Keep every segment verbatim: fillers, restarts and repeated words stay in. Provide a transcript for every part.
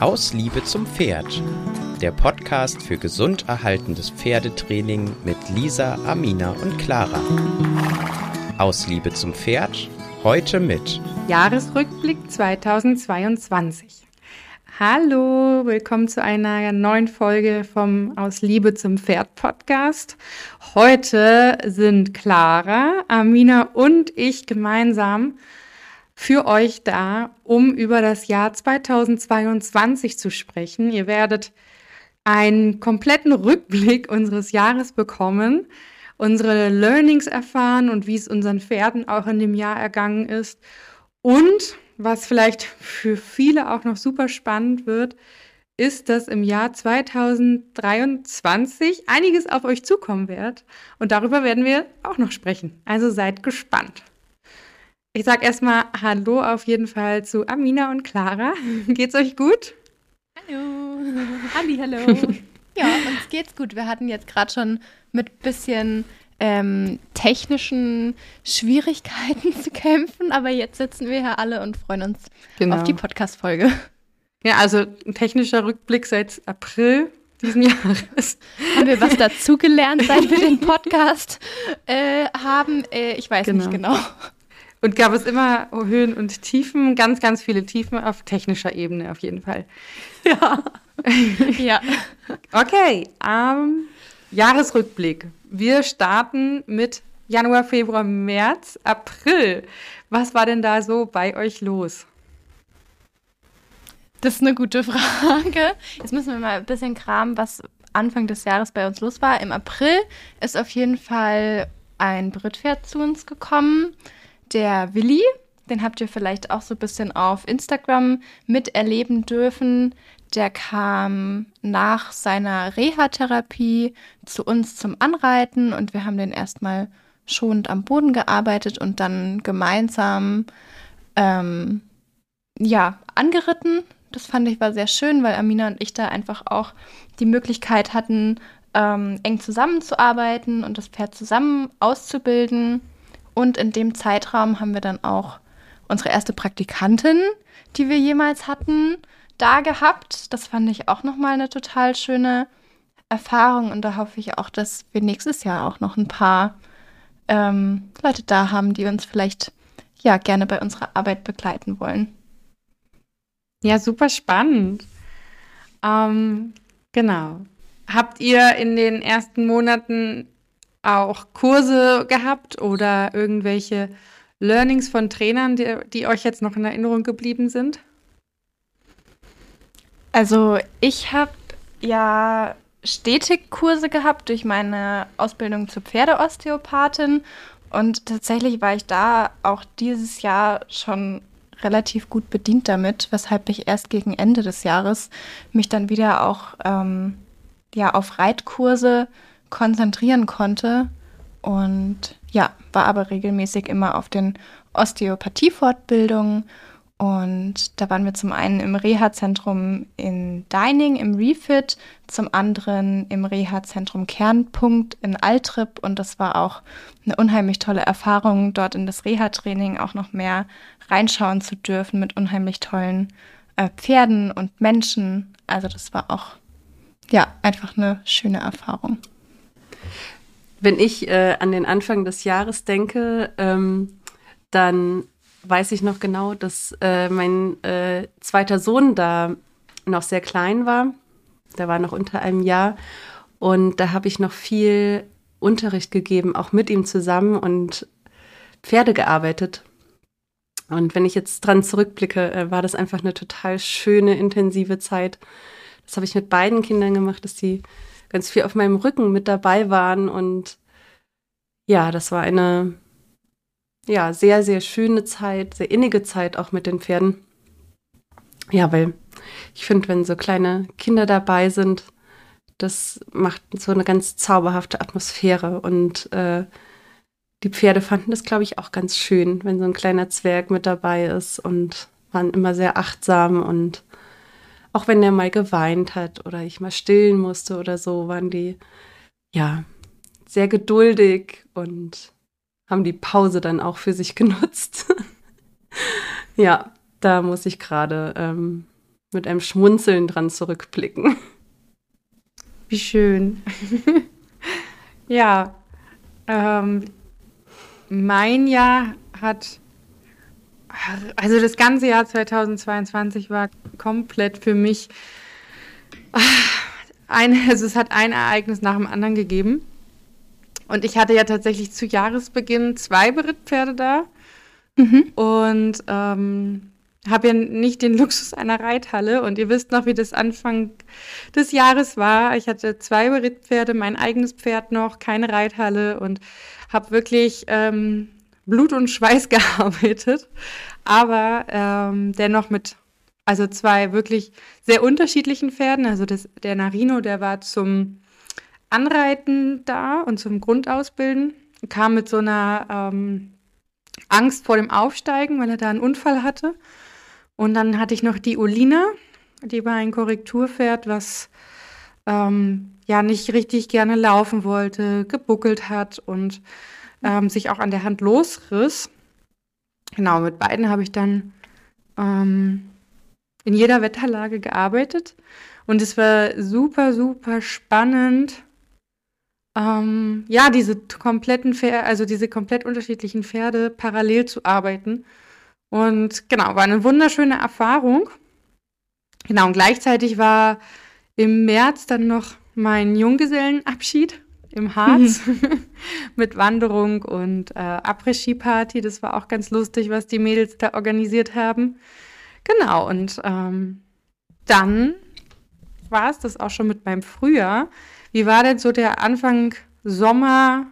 Aus Liebe zum Pferd, der Podcast für gesund erhaltendes Pferdetraining mit Lisa, Amina und Clara. Aus Liebe zum Pferd, heute mit Jahresrückblick zweitausendzweiundzwanzig. Hallo, willkommen zu einer neuen Folge vom Aus Liebe zum Pferd Podcast. Heute sind Clara, Amina und ich gemeinsam für euch da, um über das Jahr zweitausendzweiundzwanzig zu sprechen. Ihr werdet einen kompletten Rückblick unseres Jahres bekommen, unsere Learnings erfahren und wie es unseren Pferden auch in dem Jahr ergangen ist. Und was vielleicht für viele auch noch super spannend wird, ist, dass im Jahr zweitausenddreiundzwanzig einiges auf euch zukommen wird. Und darüber werden wir auch noch sprechen. Also seid gespannt. Ich sage erstmal Hallo auf jeden Fall zu Amina und Clara. Geht's euch gut? Hallo. Halli, hallo. Ja, uns geht's gut. Wir hatten jetzt gerade schon mit bisschen ähm, technischen Schwierigkeiten zu kämpfen, aber jetzt sitzen wir hier alle und freuen uns genau. auf die Podcast-Folge. Ja, also ein technischer Rückblick seit April diesen Jahres. Haben wir was dazugelernt, seit wir den Podcast äh, haben? Äh, ich weiß genau. nicht genau. Und gab es immer Höhen und Tiefen, ganz, ganz viele Tiefen auf technischer Ebene auf jeden Fall. Ja. ja. Okay, ähm, Jahresrückblick. Wir starten mit Januar, Februar, März, April. Was war denn da so bei euch los? Das ist eine gute Frage. Jetzt müssen wir mal ein bisschen kramen, was Anfang des Jahres bei uns los war. Im April ist auf jeden Fall ein Brittpferd zu uns gekommen. Der Willi, den habt ihr vielleicht auch so ein bisschen auf Instagram miterleben dürfen. Der kam nach seiner Reha-Therapie zu uns zum Anreiten und wir haben den erstmal schonend am Boden gearbeitet und dann gemeinsam ähm, ja, angeritten. Das fand ich war sehr schön, weil Amina und ich da einfach auch die Möglichkeit hatten, ähm, eng zusammenzuarbeiten und das Pferd zusammen auszubilden. Und in dem Zeitraum haben wir dann auch unsere erste Praktikantin, die wir jemals hatten, da gehabt. Das fand ich auch nochmal eine total schöne Erfahrung. Und da hoffe ich auch, dass wir nächstes Jahr auch noch ein paar ähm, Leute da haben, die uns vielleicht ja gerne bei unserer Arbeit begleiten wollen. Ja, super spannend. Ähm, genau. Habt ihr in den ersten Monaten auch Kurse gehabt oder irgendwelche Learnings von Trainern, die, die euch jetzt noch in Erinnerung geblieben sind? Also ich habe ja stetig Kurse gehabt durch meine Ausbildung zur Pferdeosteopathin und tatsächlich war ich da auch dieses Jahr schon relativ gut bedient damit, weshalb ich erst gegen Ende des Jahres mich dann wieder auch ähm, ja, auf Reitkurse konzentrieren konnte und ja, war aber regelmäßig immer auf den Osteopathie-Fortbildungen und da waren wir zum einen im Reha-Zentrum in Deining im Refit, zum anderen im Reha-Zentrum Kernpunkt in Altrip und das war auch eine unheimlich tolle Erfahrung, dort in das Reha-Training auch noch mehr reinschauen zu dürfen mit unheimlich tollen äh, Pferden und Menschen. Also das war auch ja einfach eine schöne Erfahrung. Wenn ich äh, an den Anfang des Jahres denke, ähm, dann weiß ich noch genau, dass äh, mein äh, zweiter Sohn da noch sehr klein war. Der war noch unter einem Jahr. Und da habe ich noch viel Unterricht gegeben, auch mit ihm zusammen und Pferde gearbeitet. Und wenn ich jetzt dran zurückblicke, äh, war das einfach eine total schöne, intensive Zeit. Das habe ich mit beiden Kindern gemacht, dass die ganz viel auf meinem Rücken mit dabei waren und ja, das war eine ja, sehr, sehr schöne Zeit, sehr innige Zeit auch mit den Pferden. Ja, weil ich finde, wenn so kleine Kinder dabei sind, das macht so eine ganz zauberhafte Atmosphäre und äh, die Pferde fanden das, glaube ich, auch ganz schön, wenn so ein kleiner Zwerg mit dabei ist und waren immer sehr achtsam und auch wenn der mal geweint hat oder ich mal stillen musste oder so, waren die, ja, sehr geduldig und haben die Pause dann auch für sich genutzt. Ja, da muss ich gerade ähm, mit einem Schmunzeln dran zurückblicken. Wie schön. Ja, ähm, mein Jahr hat, also das ganze Jahr zweitausendzweiundzwanzig war komplett für mich, ein, also es hat ein Ereignis nach dem anderen gegeben. Und ich hatte ja tatsächlich zu Jahresbeginn zwei Berittpferde da mhm. und ähm, habe ja nicht den Luxus einer Reithalle. Und ihr wisst noch, wie das Anfang des Jahres war. Ich hatte zwei Berittpferde, mein eigenes Pferd noch, keine Reithalle und habe wirklich ähm, Blut und Schweiß gearbeitet. Aber ähm, dennoch mit also zwei wirklich sehr unterschiedlichen Pferden. Also das, der Narino, der war zum Anreiten da und zum Grundausbilden, kam mit so einer ähm, Angst vor dem Aufsteigen, weil er da einen Unfall hatte. Und dann hatte ich noch die Olina, die war ein Korrekturpferd, was ähm, ja nicht richtig gerne laufen wollte, gebuckelt hat und ähm, sich auch an der Hand losriss. Genau, mit beiden habe ich dann ähm, in jeder Wetterlage gearbeitet. Und es war super, super spannend, ähm, ja, diese kompletten Pferde, also diese komplett unterschiedlichen Pferde parallel zu arbeiten. Und genau, war eine wunderschöne Erfahrung. Genau, und gleichzeitig war im März dann noch mein Junggesellenabschied im Harz mhm. mit Wanderung und äh, Après-Ski-Party. Das war auch ganz lustig, was die Mädels da organisiert haben. Genau, und ähm, dann war es das auch schon mit meinem Frühjahr. Wie war denn so der Anfang Sommer,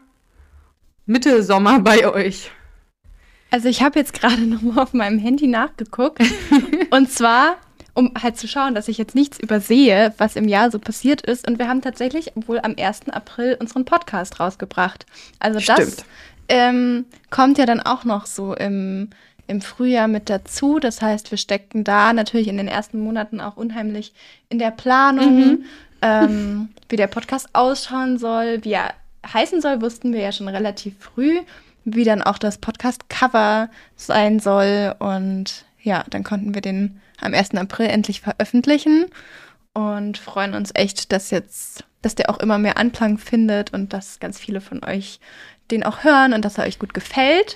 Mitte Sommer bei euch? Also ich habe jetzt gerade noch mal auf meinem Handy nachgeguckt und zwar, um halt zu schauen, dass ich jetzt nichts übersehe, was im Jahr so passiert ist. Und wir haben tatsächlich wohl am ersten April unseren Podcast rausgebracht. Also das Stimmt. ähm, kommt ja dann auch noch so im, im Frühjahr mit dazu. Das heißt, wir steckten da natürlich in den ersten Monaten auch unheimlich in der Planung, mhm. ähm, wie der Podcast ausschauen soll, wie er heißen soll, wussten wir ja schon relativ früh. Wie dann auch das Podcast-Cover sein soll. Und ja, dann konnten wir den am ersten April endlich veröffentlichen und freuen uns echt, dass jetzt, dass der auch immer mehr Anklang findet und dass ganz viele von euch den auch hören und dass er euch gut gefällt.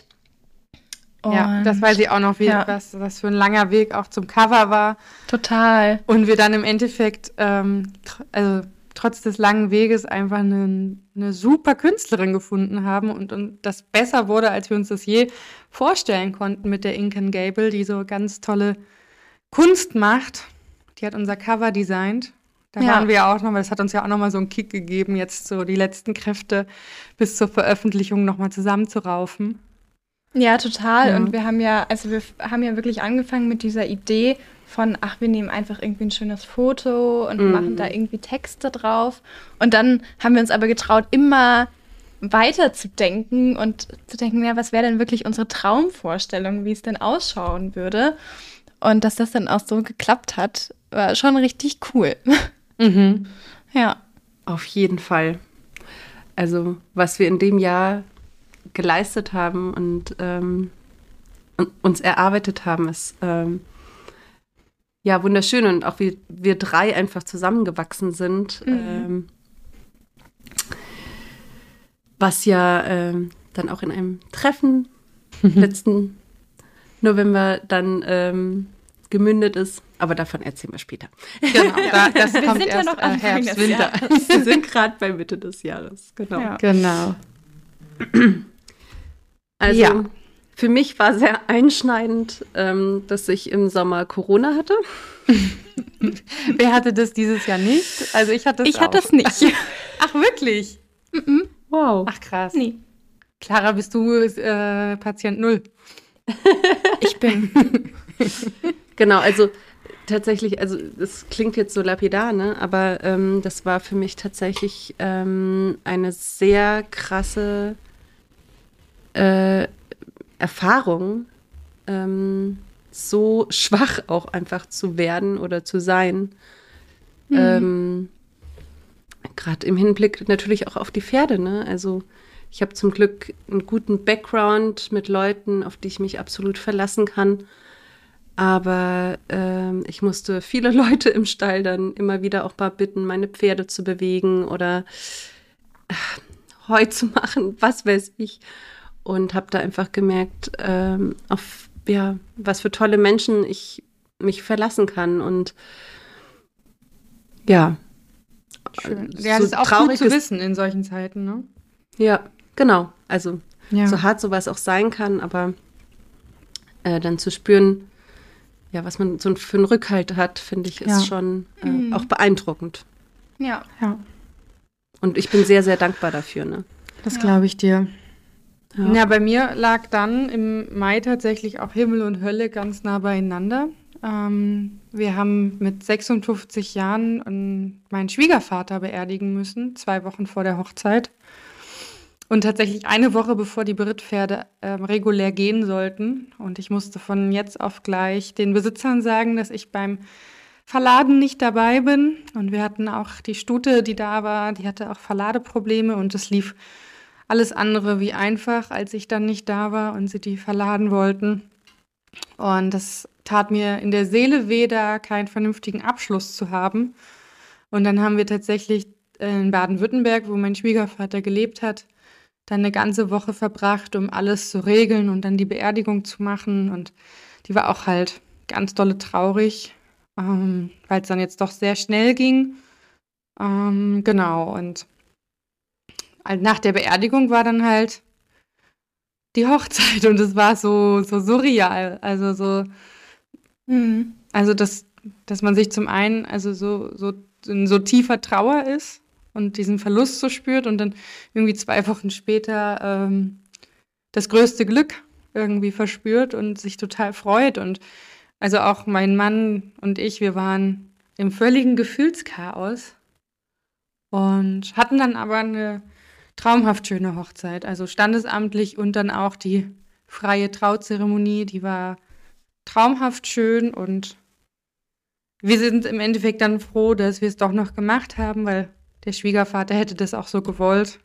Und ja, das weiß ich auch noch, wie, ja. was, was für ein langer Weg auch zum Cover war. Total. Und wir dann im Endeffekt, ähm, also trotz des langen Weges einfach eine, eine super Künstlerin gefunden haben und, und das besser wurde, als wir uns das je vorstellen konnten mit der Inken Gable, die so ganz tolle Kunst macht. Die hat unser Cover designt. Da ja. waren wir ja auch nochmal, das hat uns ja auch nochmal so einen Kick gegeben, jetzt so die letzten Kräfte bis zur Veröffentlichung nochmal zusammenzuraufen. Ja, total. Ja. Und wir haben ja, also wir haben ja wirklich angefangen mit dieser Idee von, ach, wir nehmen einfach irgendwie ein schönes Foto und mm. machen da irgendwie Texte drauf. Und dann haben wir uns aber getraut, immer weiter zu denken und zu denken, ja, was wäre denn wirklich unsere Traumvorstellung, wie es denn ausschauen würde. Und dass das dann auch so geklappt hat, war schon richtig cool. Mhm. Ja. Auf jeden Fall. Also, was wir in dem Jahr geleistet haben und, ähm, und uns erarbeitet haben, ist ähm, ja wunderschön. Und auch wie wir drei einfach zusammengewachsen sind, mhm. ähm, was ja ähm, dann auch in einem Treffen letzten November dann ähm, gemündet ist. Aber davon erzählen wir später. Genau, da, das wir kommt sind erst ja noch äh, Anfang Herbst, des Winter. Jahres. Wir sind gerade bei Mitte des Jahres. Genau. Ja. Genau. Also Ja. für mich war sehr einschneidend, ähm, dass ich im Sommer Corona hatte. Wer hatte das dieses Jahr nicht? Also ich hatte es Ich auch. hatte es nicht. Ach, wirklich? Mhm. Wow. Ach, krass. Nee. Clara, bist du äh, Patient Null? Ich bin. Genau, also tatsächlich, also das klingt jetzt so lapidar, ne? Aber ähm, das war für mich tatsächlich ähm, eine sehr krasse äh, Erfahrung, ähm, so schwach auch einfach zu werden oder zu sein. Mhm. Ähm, Gerade im Hinblick natürlich auch auf die Pferde, ne? Also ich habe zum Glück einen guten Background mit Leuten, auf die ich mich absolut verlassen kann. Aber ähm, ich musste viele Leute im Stall dann immer wieder auch mal bitten, meine Pferde zu bewegen oder äh, Heu zu machen, was weiß ich. Und habe da einfach gemerkt, ähm, auf ja, was für tolle Menschen ich mich verlassen kann. Und ja, Schön. so Ja, das ist auch traurig gut zu es- wissen in solchen Zeiten, ne? Ja, genau. Also Ja. so hart sowas auch sein kann, aber äh, dann zu spüren, ja, was man so für einen Rückhalt hat, finde ich, ist Ja. schon äh, Mhm. auch beeindruckend. Ja. Ja, Und ich bin sehr, sehr dankbar dafür. Ne? das Ja. glaube ich dir. Ja. Ja, bei mir lag dann im Mai tatsächlich auch Himmel und Hölle ganz nah beieinander. Ähm, wir haben mit sechsundfünfzig Jahren ähm, meinen Schwiegervater beerdigen müssen, zwei Wochen vor der Hochzeit. Und tatsächlich eine Woche bevor die Brittpferde ähm, regulär gehen sollten. Und ich musste von jetzt auf gleich den Besitzern sagen, dass ich beim Verladen nicht dabei bin. Und wir hatten auch die Stute, die da war, die hatte auch Verladeprobleme und es lief alles andere wie einfach, als ich dann nicht da war und sie die verladen wollten. Und das tat mir in der Seele weh, da keinen vernünftigen Abschluss zu haben. Und dann haben wir tatsächlich in Baden-Württemberg, wo mein Schwiegervater gelebt hat, dann eine ganze Woche verbracht, um alles zu regeln und dann die Beerdigung zu machen. Und die war auch halt ganz dolle traurig, ähm, weil es dann jetzt doch sehr schnell ging. Ähm, genau, und halt nach der Beerdigung war dann halt die Hochzeit und es war so, so surreal. Also so, Mhm. also dass, dass man sich zum einen also so, so in so tiefer Trauer ist und diesen Verlust so spürt und dann irgendwie zwei Wochen später ähm, das größte Glück irgendwie verspürt und sich total freut. Und also auch mein Mann und ich, wir waren im völligen Gefühlschaos und hatten dann aber eine traumhaft schöne Hochzeit. Also standesamtlich und dann auch die freie Trauzeremonie, die war traumhaft schön und wir sind im Endeffekt dann froh, dass wir es doch noch gemacht haben, weil der Schwiegervater hätte das auch so gewollt.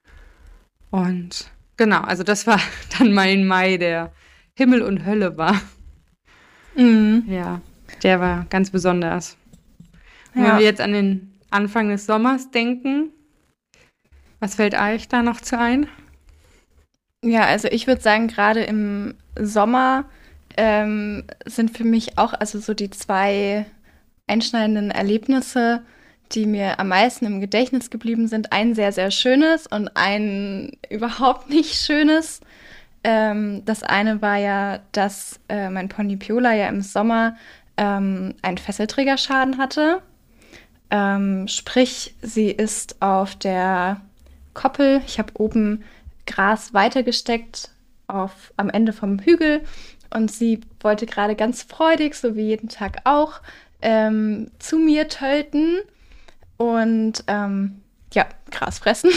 Und genau, also das war dann mein Mai, der Himmel und Hölle war. Mhm. Ja, der war ganz besonders. Und Ja. wenn wir jetzt an den Anfang des Sommers denken, was fällt euch da noch zu ein? Ja, also ich würde sagen, gerade im Sommer ähm, sind für mich auch also so die zwei einschneidenden Erlebnisse, die mir am meisten im Gedächtnis geblieben sind. Ein sehr, sehr schönes und ein überhaupt nicht schönes. Ähm, das eine war ja, dass äh, mein Pony Piola ja im Sommer ähm, einen Fesselträgerschaden hatte. Ähm, sprich, sie ist auf der Koppel. Ich habe oben Gras weitergesteckt auf, am Ende vom Hügel und sie wollte gerade ganz freudig, so wie jeden Tag auch, ähm, zu mir tölten und ähm, ja, Gras fressen.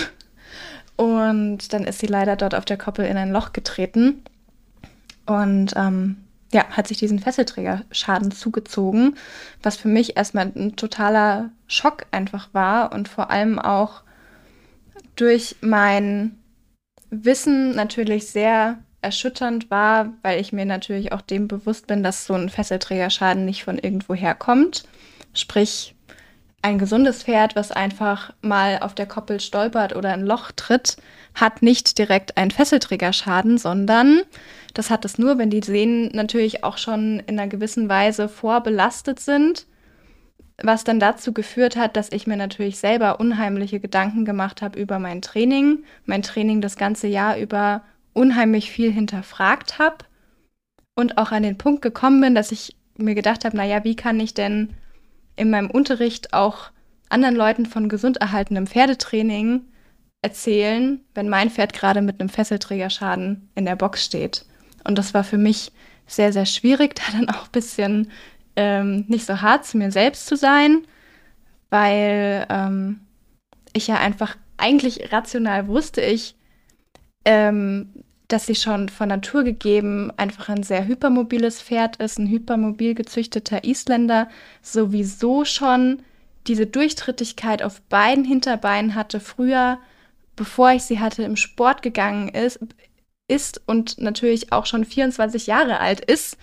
Und dann ist sie leider dort auf der Koppel in ein Loch getreten und ähm, ja, hat sich diesen Fesselträgerschaden zugezogen, was für mich erstmal ein totaler Schock einfach war und vor allem auch durch mein Wissen natürlich sehr erschütternd war, weil ich mir natürlich auch dem bewusst bin, dass so ein Fesselträgerschaden nicht von irgendwoher kommt. Sprich, ein gesundes Pferd, was einfach mal auf der Koppel stolpert oder ein Loch tritt, hat nicht direkt einen Fesselträgerschaden, sondern das hat es nur, wenn die Sehnen natürlich auch schon in einer gewissen Weise vorbelastet sind, was dann dazu geführt hat, dass ich mir natürlich selber unheimliche Gedanken gemacht habe über mein Training, mein Training das ganze Jahr über unheimlich viel hinterfragt habe und auch an den Punkt gekommen bin, dass ich mir gedacht habe, naja, wie kann ich denn in meinem Unterricht auch anderen Leuten von gesund erhaltenem Pferdetraining erzählen, wenn mein Pferd gerade mit einem Fesselträgerschaden in der Box steht. Und das war für mich sehr, sehr schwierig, da dann auch ein bisschen ähm, nicht so hart zu mir selbst zu sein, weil ähm, ich ja einfach eigentlich rational wusste ich, ähm, dass sie schon von Natur gegeben einfach ein sehr hypermobiles Pferd ist, ein hypermobil gezüchteter Isländer, sowieso schon diese Durchtrittigkeit auf beiden Hinterbeinen hatte, früher, bevor ich sie hatte, im Sport gegangen ist, ist und natürlich auch schon vierundzwanzig Jahre alt ist.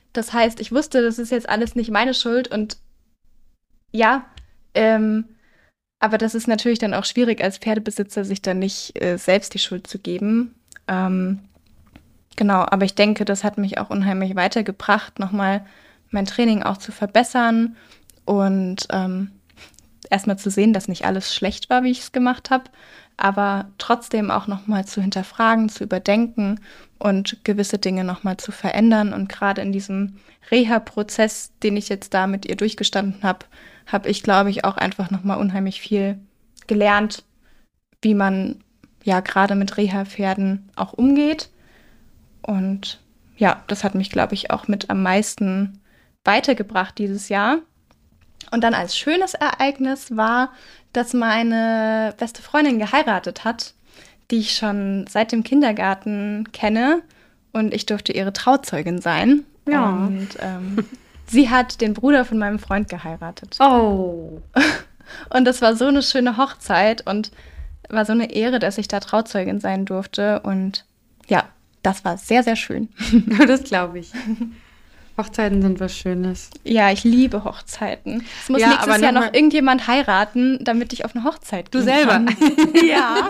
Das heißt, ich wusste, das ist jetzt alles nicht meine Schuld und ja, ähm, aber das ist natürlich dann auch schwierig als Pferdebesitzer, sich dann nicht äh, selbst die Schuld zu geben. Ähm, genau, aber ich denke, das hat mich auch unheimlich weitergebracht, nochmal mein Training auch zu verbessern und ähm, erstmal zu sehen, dass nicht alles schlecht war, wie ich es gemacht habe, aber trotzdem auch nochmal zu hinterfragen, zu überdenken und gewisse Dinge nochmal zu verändern. Und gerade in diesem Reha-Prozess, den ich jetzt da mit ihr durchgestanden habe, habe ich, glaube ich, auch einfach nochmal unheimlich viel gelernt, wie man ja gerade mit Reha-Pferden auch umgeht. Und ja, das hat mich, glaube ich, auch mit am meisten weitergebracht dieses Jahr. Und dann als schönes Ereignis war, dass meine beste Freundin geheiratet hat, die ich schon seit dem Kindergarten kenne. Und ich durfte ihre Trauzeugin sein. Ja. Und ähm, sie hat den Bruder von meinem Freund geheiratet. Oh. Und das war so eine schöne Hochzeit und war so eine Ehre, dass ich da Trauzeugin sein durfte. Und ja, das war sehr, sehr schön. Das glaube ich. Hochzeiten sind was Schönes. Ja, ich liebe Hochzeiten. Es muss Ja, nächstes aber Jahr noch noch mal- irgendjemand heiraten, damit ich auf eine Hochzeit Du gehen selber. kann. Ja,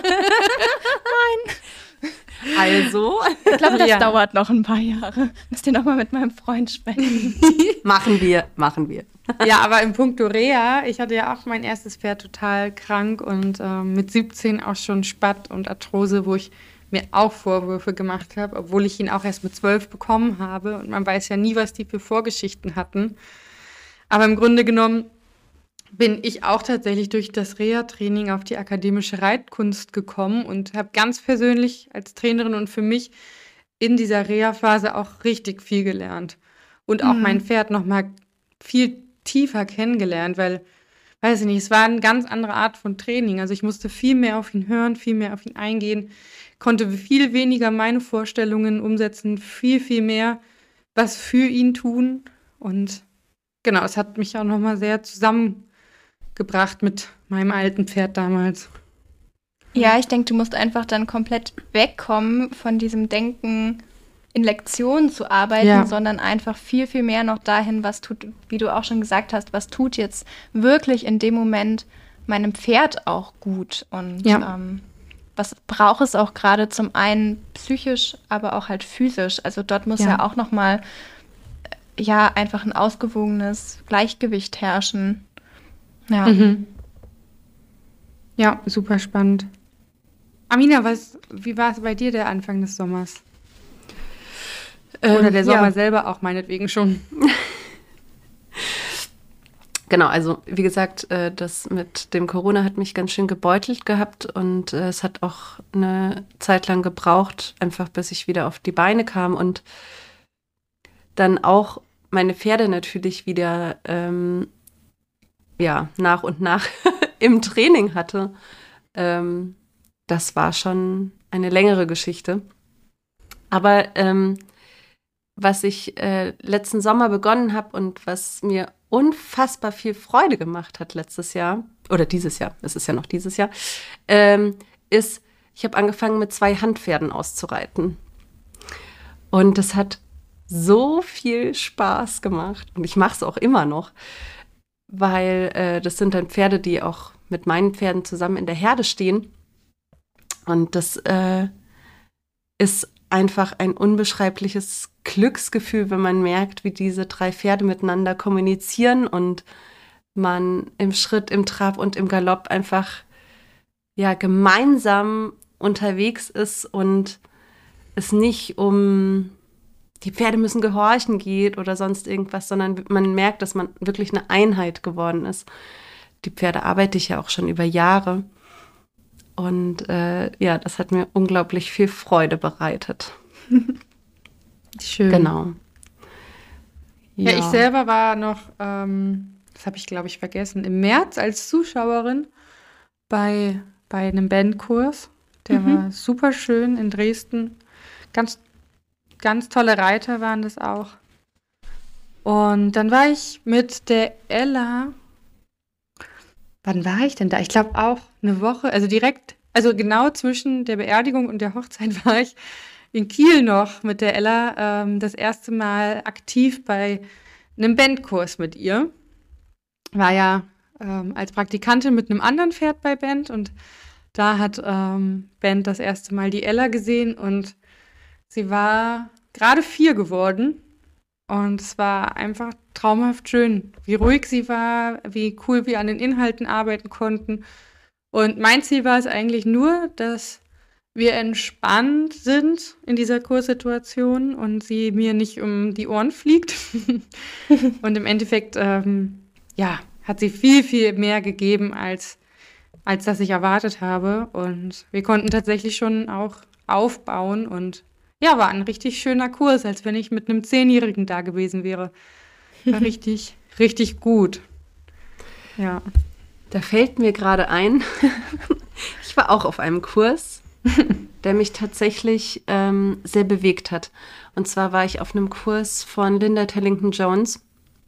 Also, ich glaube, das Ja. dauert noch ein paar Jahre. Müsst ihr noch mal mit meinem Freund sprechen. machen wir, machen wir. Ja, aber im Punkto Reha, ich hatte ja auch mein erstes Pferd total krank und ähm, mit siebzehn auch schon Spatt und Arthrose, wo ich mir auch Vorwürfe gemacht habe, obwohl ich ihn auch erst mit zwölf bekommen habe. Und man weiß ja nie, was die für Vorgeschichten hatten. Aber im Grunde genommen bin ich auch tatsächlich durch das Reha-Training auf die akademische Reitkunst gekommen und habe ganz persönlich als Trainerin und für mich in dieser Reha-Phase auch richtig viel gelernt. Und auch Mhm. mein Pferd noch mal viel tiefer kennengelernt, weil, weiß ich nicht, es war eine ganz andere Art von Training. Also ich musste viel mehr auf ihn hören, viel mehr auf ihn eingehen, konnte viel weniger meine Vorstellungen umsetzen, viel, viel mehr was für ihn tun. Und genau, es hat mich auch noch mal sehr zusammengebracht mit meinem alten Pferd damals. Ja, ich denke, du musst einfach dann komplett wegkommen von diesem Denken, in Lektionen zu arbeiten, Ja. sondern einfach viel, viel mehr noch dahin, was tut, wie du auch schon gesagt hast, was tut jetzt wirklich in dem Moment meinem Pferd auch gut und Ja. ähm, was braucht es auch gerade zum einen psychisch, aber auch halt physisch. Also dort muss ja, Ja. auch noch mal äh, ja einfach ein ausgewogenes Gleichgewicht herrschen. Ja. Mhm. Ja, super spannend. Amina, was, wie war es bei dir der Anfang des Sommers? Oder Ähm, der Sommer ja. selber auch meinetwegen schon. Genau, also wie gesagt, äh, das mit dem Corona hat mich ganz schön gebeutelt gehabt und äh, es hat auch eine Zeit lang gebraucht, einfach bis ich wieder auf die Beine kam und dann auch meine Pferde natürlich wieder ähm, ja, nach und nach im Training hatte. Ähm, das war schon eine längere Geschichte. Aber ähm, was ich äh, letzten Sommer begonnen habe und was mir unfassbar viel Freude gemacht hat letztes Jahr, oder dieses Jahr, es ist ja noch dieses Jahr, ähm, ist, ich habe angefangen mit zwei Handpferden auszureiten. Und das hat so viel Spaß gemacht. Und ich mache es auch immer noch, weil äh, das sind dann Pferde, die auch mit meinen Pferden zusammen in der Herde stehen. Und das äh, ist einfach ein unbeschreibliches Glücksgefühl, wenn man merkt, wie diese drei Pferde miteinander kommunizieren und man im Schritt, im Trab und im Galopp einfach ja gemeinsam unterwegs ist und es nicht um die Pferde müssen gehorchen geht oder sonst irgendwas, sondern man merkt, dass man wirklich eine Einheit geworden ist. Die Pferde arbeite ich ja auch schon über Jahre. Und äh, ja, das hat mir unglaublich viel Freude bereitet. Schön. Genau. Ja, ich selber war noch, ähm, das habe ich glaube ich vergessen, im März als Zuschauerin bei, bei einem Bandkurs. Der Mhm. war super schön in Dresden. Ganz, ganz tolle Reiter waren das auch. Und dann war ich mit der Ella. Wann war ich denn da? Ich glaube auch eine Woche, also direkt, also genau zwischen der Beerdigung und der Hochzeit war ich in Kiel noch mit der Ella ähm, das erste Mal aktiv bei einem Bandkurs mit ihr. War ja ähm, als Praktikantin mit einem anderen Pferd bei Bent und da hat ähm, Bent das erste Mal die Ella gesehen und sie war gerade vier geworden und es war einfach traumhaft schön, wie ruhig sie war, wie cool wir an den Inhalten arbeiten konnten. Und mein Ziel war es eigentlich nur, dass wir entspannt sind in dieser Kurssituation und sie mir nicht um die Ohren fliegt. Und im Endeffekt, ähm, ja, hat sie viel, viel mehr gegeben, als, als das ich erwartet habe. Und wir konnten tatsächlich schon auch aufbauen und ja, war ein richtig schöner Kurs, als wenn ich mit einem Zehnjährigen da gewesen wäre. War richtig, richtig gut. Ja. Da fällt mir gerade ein, ich war auch auf einem Kurs, der mich tatsächlich ähm, sehr bewegt hat. Und zwar war ich auf einem Kurs von Linda Tellington-Jones,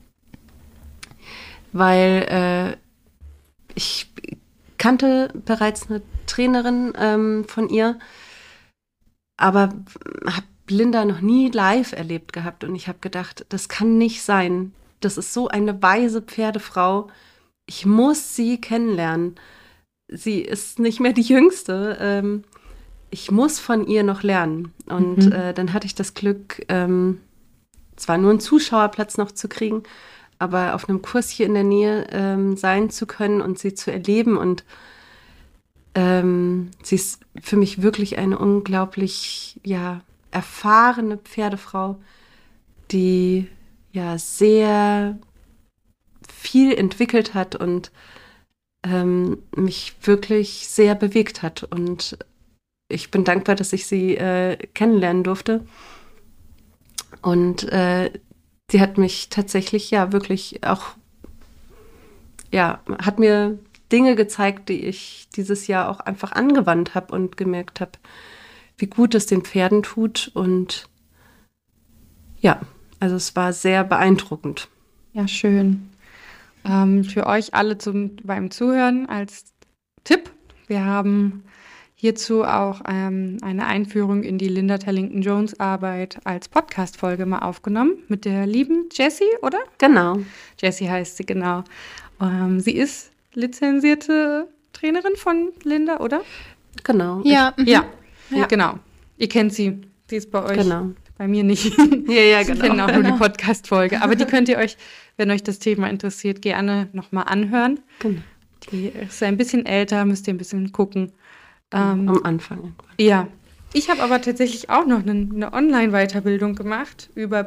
weil äh, ich kannte bereits eine Trainerin ähm, von ihr, aber habe Linda noch nie live erlebt gehabt. Und ich habe gedacht, das kann nicht sein. Das ist so eine weise Pferdefrau. Ich muss sie kennenlernen. Sie ist nicht mehr die Jüngste. Ähm, ich muss von ihr noch lernen. Und mhm. äh, dann hatte ich das Glück, ähm, zwar nur einen Zuschauerplatz noch zu kriegen, aber auf einem Kurs hier in der Nähe ähm, sein zu können und sie zu erleben. Und ähm, sie ist für mich wirklich eine unglaublich ja, erfahrene Pferdefrau, die ja sehr viel entwickelt hat und ähm, mich wirklich sehr bewegt hat. Und ich bin dankbar, dass ich sie äh, kennenlernen durfte. Und äh, sie hat mich tatsächlich ja wirklich auch, ja, hat mir Dinge gezeigt, die ich dieses Jahr auch einfach angewandt habe und gemerkt habe, wie gut es den Pferden tut. Und ja, also es war sehr beeindruckend. Ja, schön. Ähm, für euch alle zum, beim Zuhören als Tipp. Wir haben hierzu auch ähm, eine Einführung in die Linda Tellington-Jones Arbeit als Podcast-Folge mal aufgenommen mit der lieben Jessie, oder? Genau. Jessie heißt sie, genau. Ähm, sie ist lizenzierte Trainerin von Linda, oder? Genau. Ja, mhm. ja. Ja. Genau. Ihr kennt sie. Sie ist bei euch. Genau. Bei mir nicht. Ja, ja, Ich genau. kenne auch nur die Podcast-Folge. Aber die könnt ihr euch, wenn euch das Thema interessiert, gerne nochmal anhören. Genau. Die ist ein bisschen älter, müsst ihr ein bisschen gucken. Ähm, Am Anfang. ja. Ich habe aber tatsächlich auch noch eine, eine Online-Weiterbildung gemacht über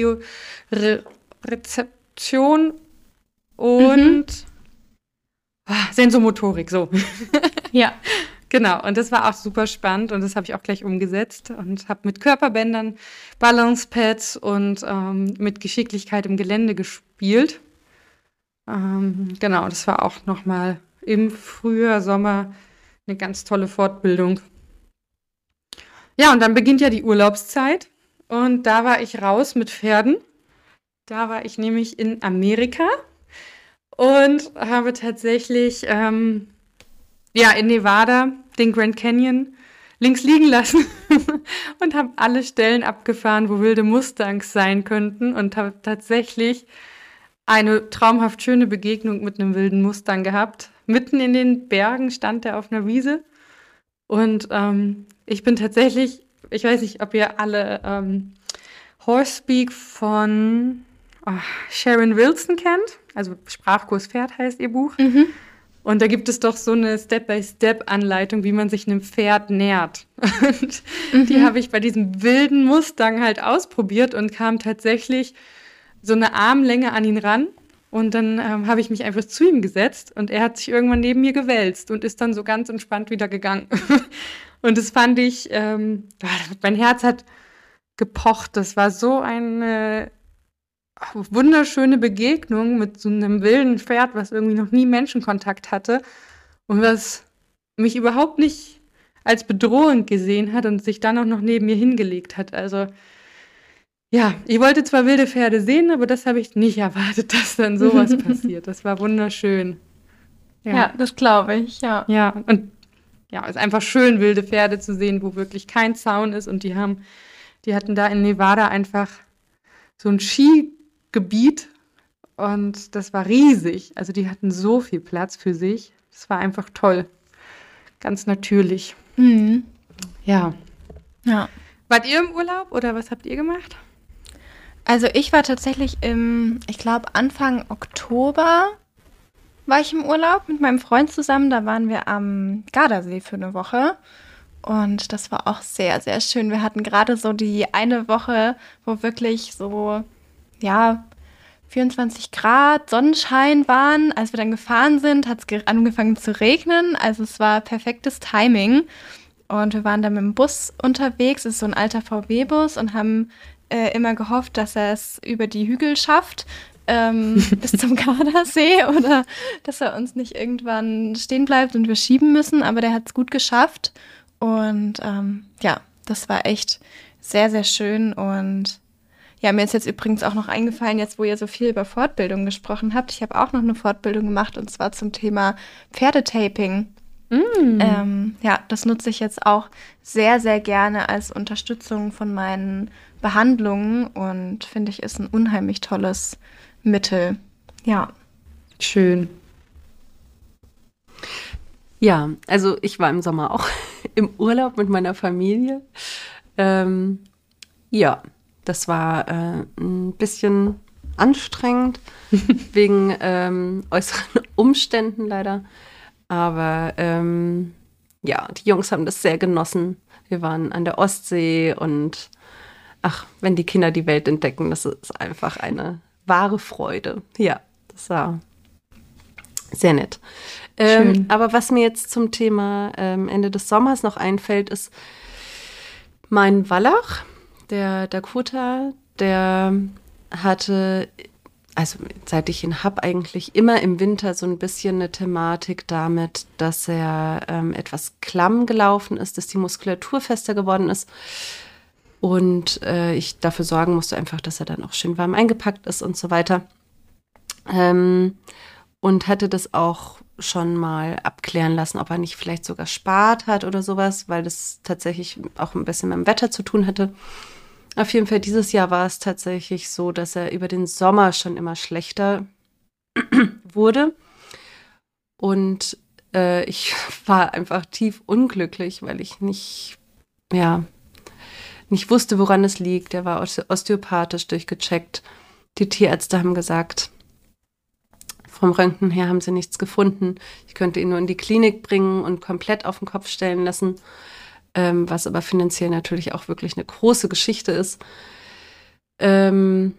Propriorezeption und Mhm. ah, Sensomotorik, so. Ja. Genau, und das war auch super spannend und das habe ich auch gleich umgesetzt und habe mit Körperbändern, Balancepads und ähm, mit Geschicklichkeit im Gelände gespielt. Ähm, genau, das war auch nochmal im Frühjahr, Sommer eine ganz tolle Fortbildung. Ja, und dann beginnt ja die Urlaubszeit und da war ich raus mit Pferden. Da war ich nämlich in Amerika und habe tatsächlich ähm, ja, in Nevada den Grand Canyon links liegen lassen und habe alle Stellen abgefahren, wo wilde Mustangs sein könnten und habe tatsächlich eine traumhaft schöne Begegnung mit einem wilden Mustang gehabt. Mitten in den Bergen stand er auf einer Wiese und ähm, ich bin tatsächlich, ich weiß nicht, ob ihr alle ähm, Horse-Speak von oh, Sharon Wilson kennt, also Sprachkurs Pferd heißt ihr Buch. Mhm. Und da gibt es doch so eine Step-by-Step-Anleitung, wie man sich einem Pferd nähert. Und Mhm. die habe ich bei diesem wilden Mustang halt ausprobiert und kam tatsächlich so eine Armlänge an ihn ran. Und dann ähm, habe ich mich einfach zu ihm gesetzt und er hat sich irgendwann neben mir gewälzt und ist dann so ganz entspannt wieder gegangen. Und das fand ich, ähm, mein Herz hat gepocht. Das war so eine wunderschöne Begegnung mit so einem wilden Pferd, was irgendwie noch nie Menschenkontakt hatte und was mich überhaupt nicht als bedrohend gesehen hat und sich dann auch noch neben mir hingelegt hat. Also ja, ich wollte zwar wilde Pferde sehen, aber das habe ich nicht erwartet, dass dann sowas passiert. Das war wunderschön. Ja, das glaube ich, ja. Ja, und ja, ist einfach schön, wilde Pferde zu sehen, wo wirklich kein Zaun ist. Und die haben, die hatten da in Nevada einfach so ein Skigebiet und das war riesig. Also die hatten so viel Platz für sich. Das war einfach toll. Ganz natürlich. Mhm. Ja. Ja. Wart ihr im Urlaub oder was habt ihr gemacht? Also ich war tatsächlich im, ich glaube Anfang Oktober war ich im Urlaub mit meinem Freund zusammen. Da waren wir am Gardasee für eine Woche. Und das war auch sehr, sehr schön. Wir hatten gerade so die eine Woche, wo wirklich so, ja, vierundzwanzig Grad Sonnenschein waren. Als wir dann gefahren sind, hat es ge- angefangen zu regnen. Also es war perfektes Timing. Und wir waren dann mit dem Bus unterwegs. Es ist so ein alter V W-Bus und haben äh, immer gehofft, dass er es über die Hügel schafft. Ähm, bis zum Gardasee oder dass er uns nicht irgendwann stehen bleibt und wir schieben müssen. Aber der hat es gut geschafft. Und ähm, ja, das war echt sehr, sehr schön. Und ja, mir ist jetzt übrigens auch noch eingefallen, jetzt wo ihr so viel über Fortbildung gesprochen habt, ich habe auch noch eine Fortbildung gemacht und zwar zum Thema Pferdetaping. Mm. Ähm, ja, das nutze ich jetzt auch sehr, sehr gerne als Unterstützung von meinen Behandlungen und finde ich, ist ein unheimlich tolles Mittel. Ja. Schön. Ja, also ich war im Sommer auch im Urlaub mit meiner Familie. Ähm, ja, das war äh, ein bisschen anstrengend wegen ähm, äußeren Umständen leider. Aber ähm, ja, die Jungs haben das sehr genossen. Wir waren an der Ostsee und ach, wenn die Kinder die Welt entdecken, das ist einfach eine wahre Freude. Ja, das war sehr nett. Ähm, aber was mir jetzt zum Thema ähm, Ende des Sommers noch einfällt, ist mein Wallach, der Dakota, der hatte, also seit ich ihn habe, eigentlich immer im Winter so ein bisschen eine Thematik damit, dass er ähm, etwas klamm gelaufen ist, dass die Muskulatur fester geworden ist und äh, ich dafür sorgen musste einfach, dass er dann auch schön warm eingepackt ist und so weiter. Ähm, und hatte das auch schon mal abklären lassen, ob er nicht vielleicht sogar Spat hat oder sowas, weil das tatsächlich auch ein bisschen mit dem Wetter zu tun hatte. Auf jeden Fall dieses Jahr war es tatsächlich so, dass er über den Sommer schon immer schlechter wurde. Und äh, ich war einfach tief unglücklich, weil ich nicht, ja, nicht wusste, woran es liegt. Er war osteopathisch durchgecheckt. Die Tierärzte haben gesagt, vom Röntgen her haben sie nichts gefunden. Ich könnte ihn nur in die Klinik bringen und komplett auf den Kopf stellen lassen, ähm, was aber finanziell natürlich auch wirklich eine große Geschichte ist. Ähm,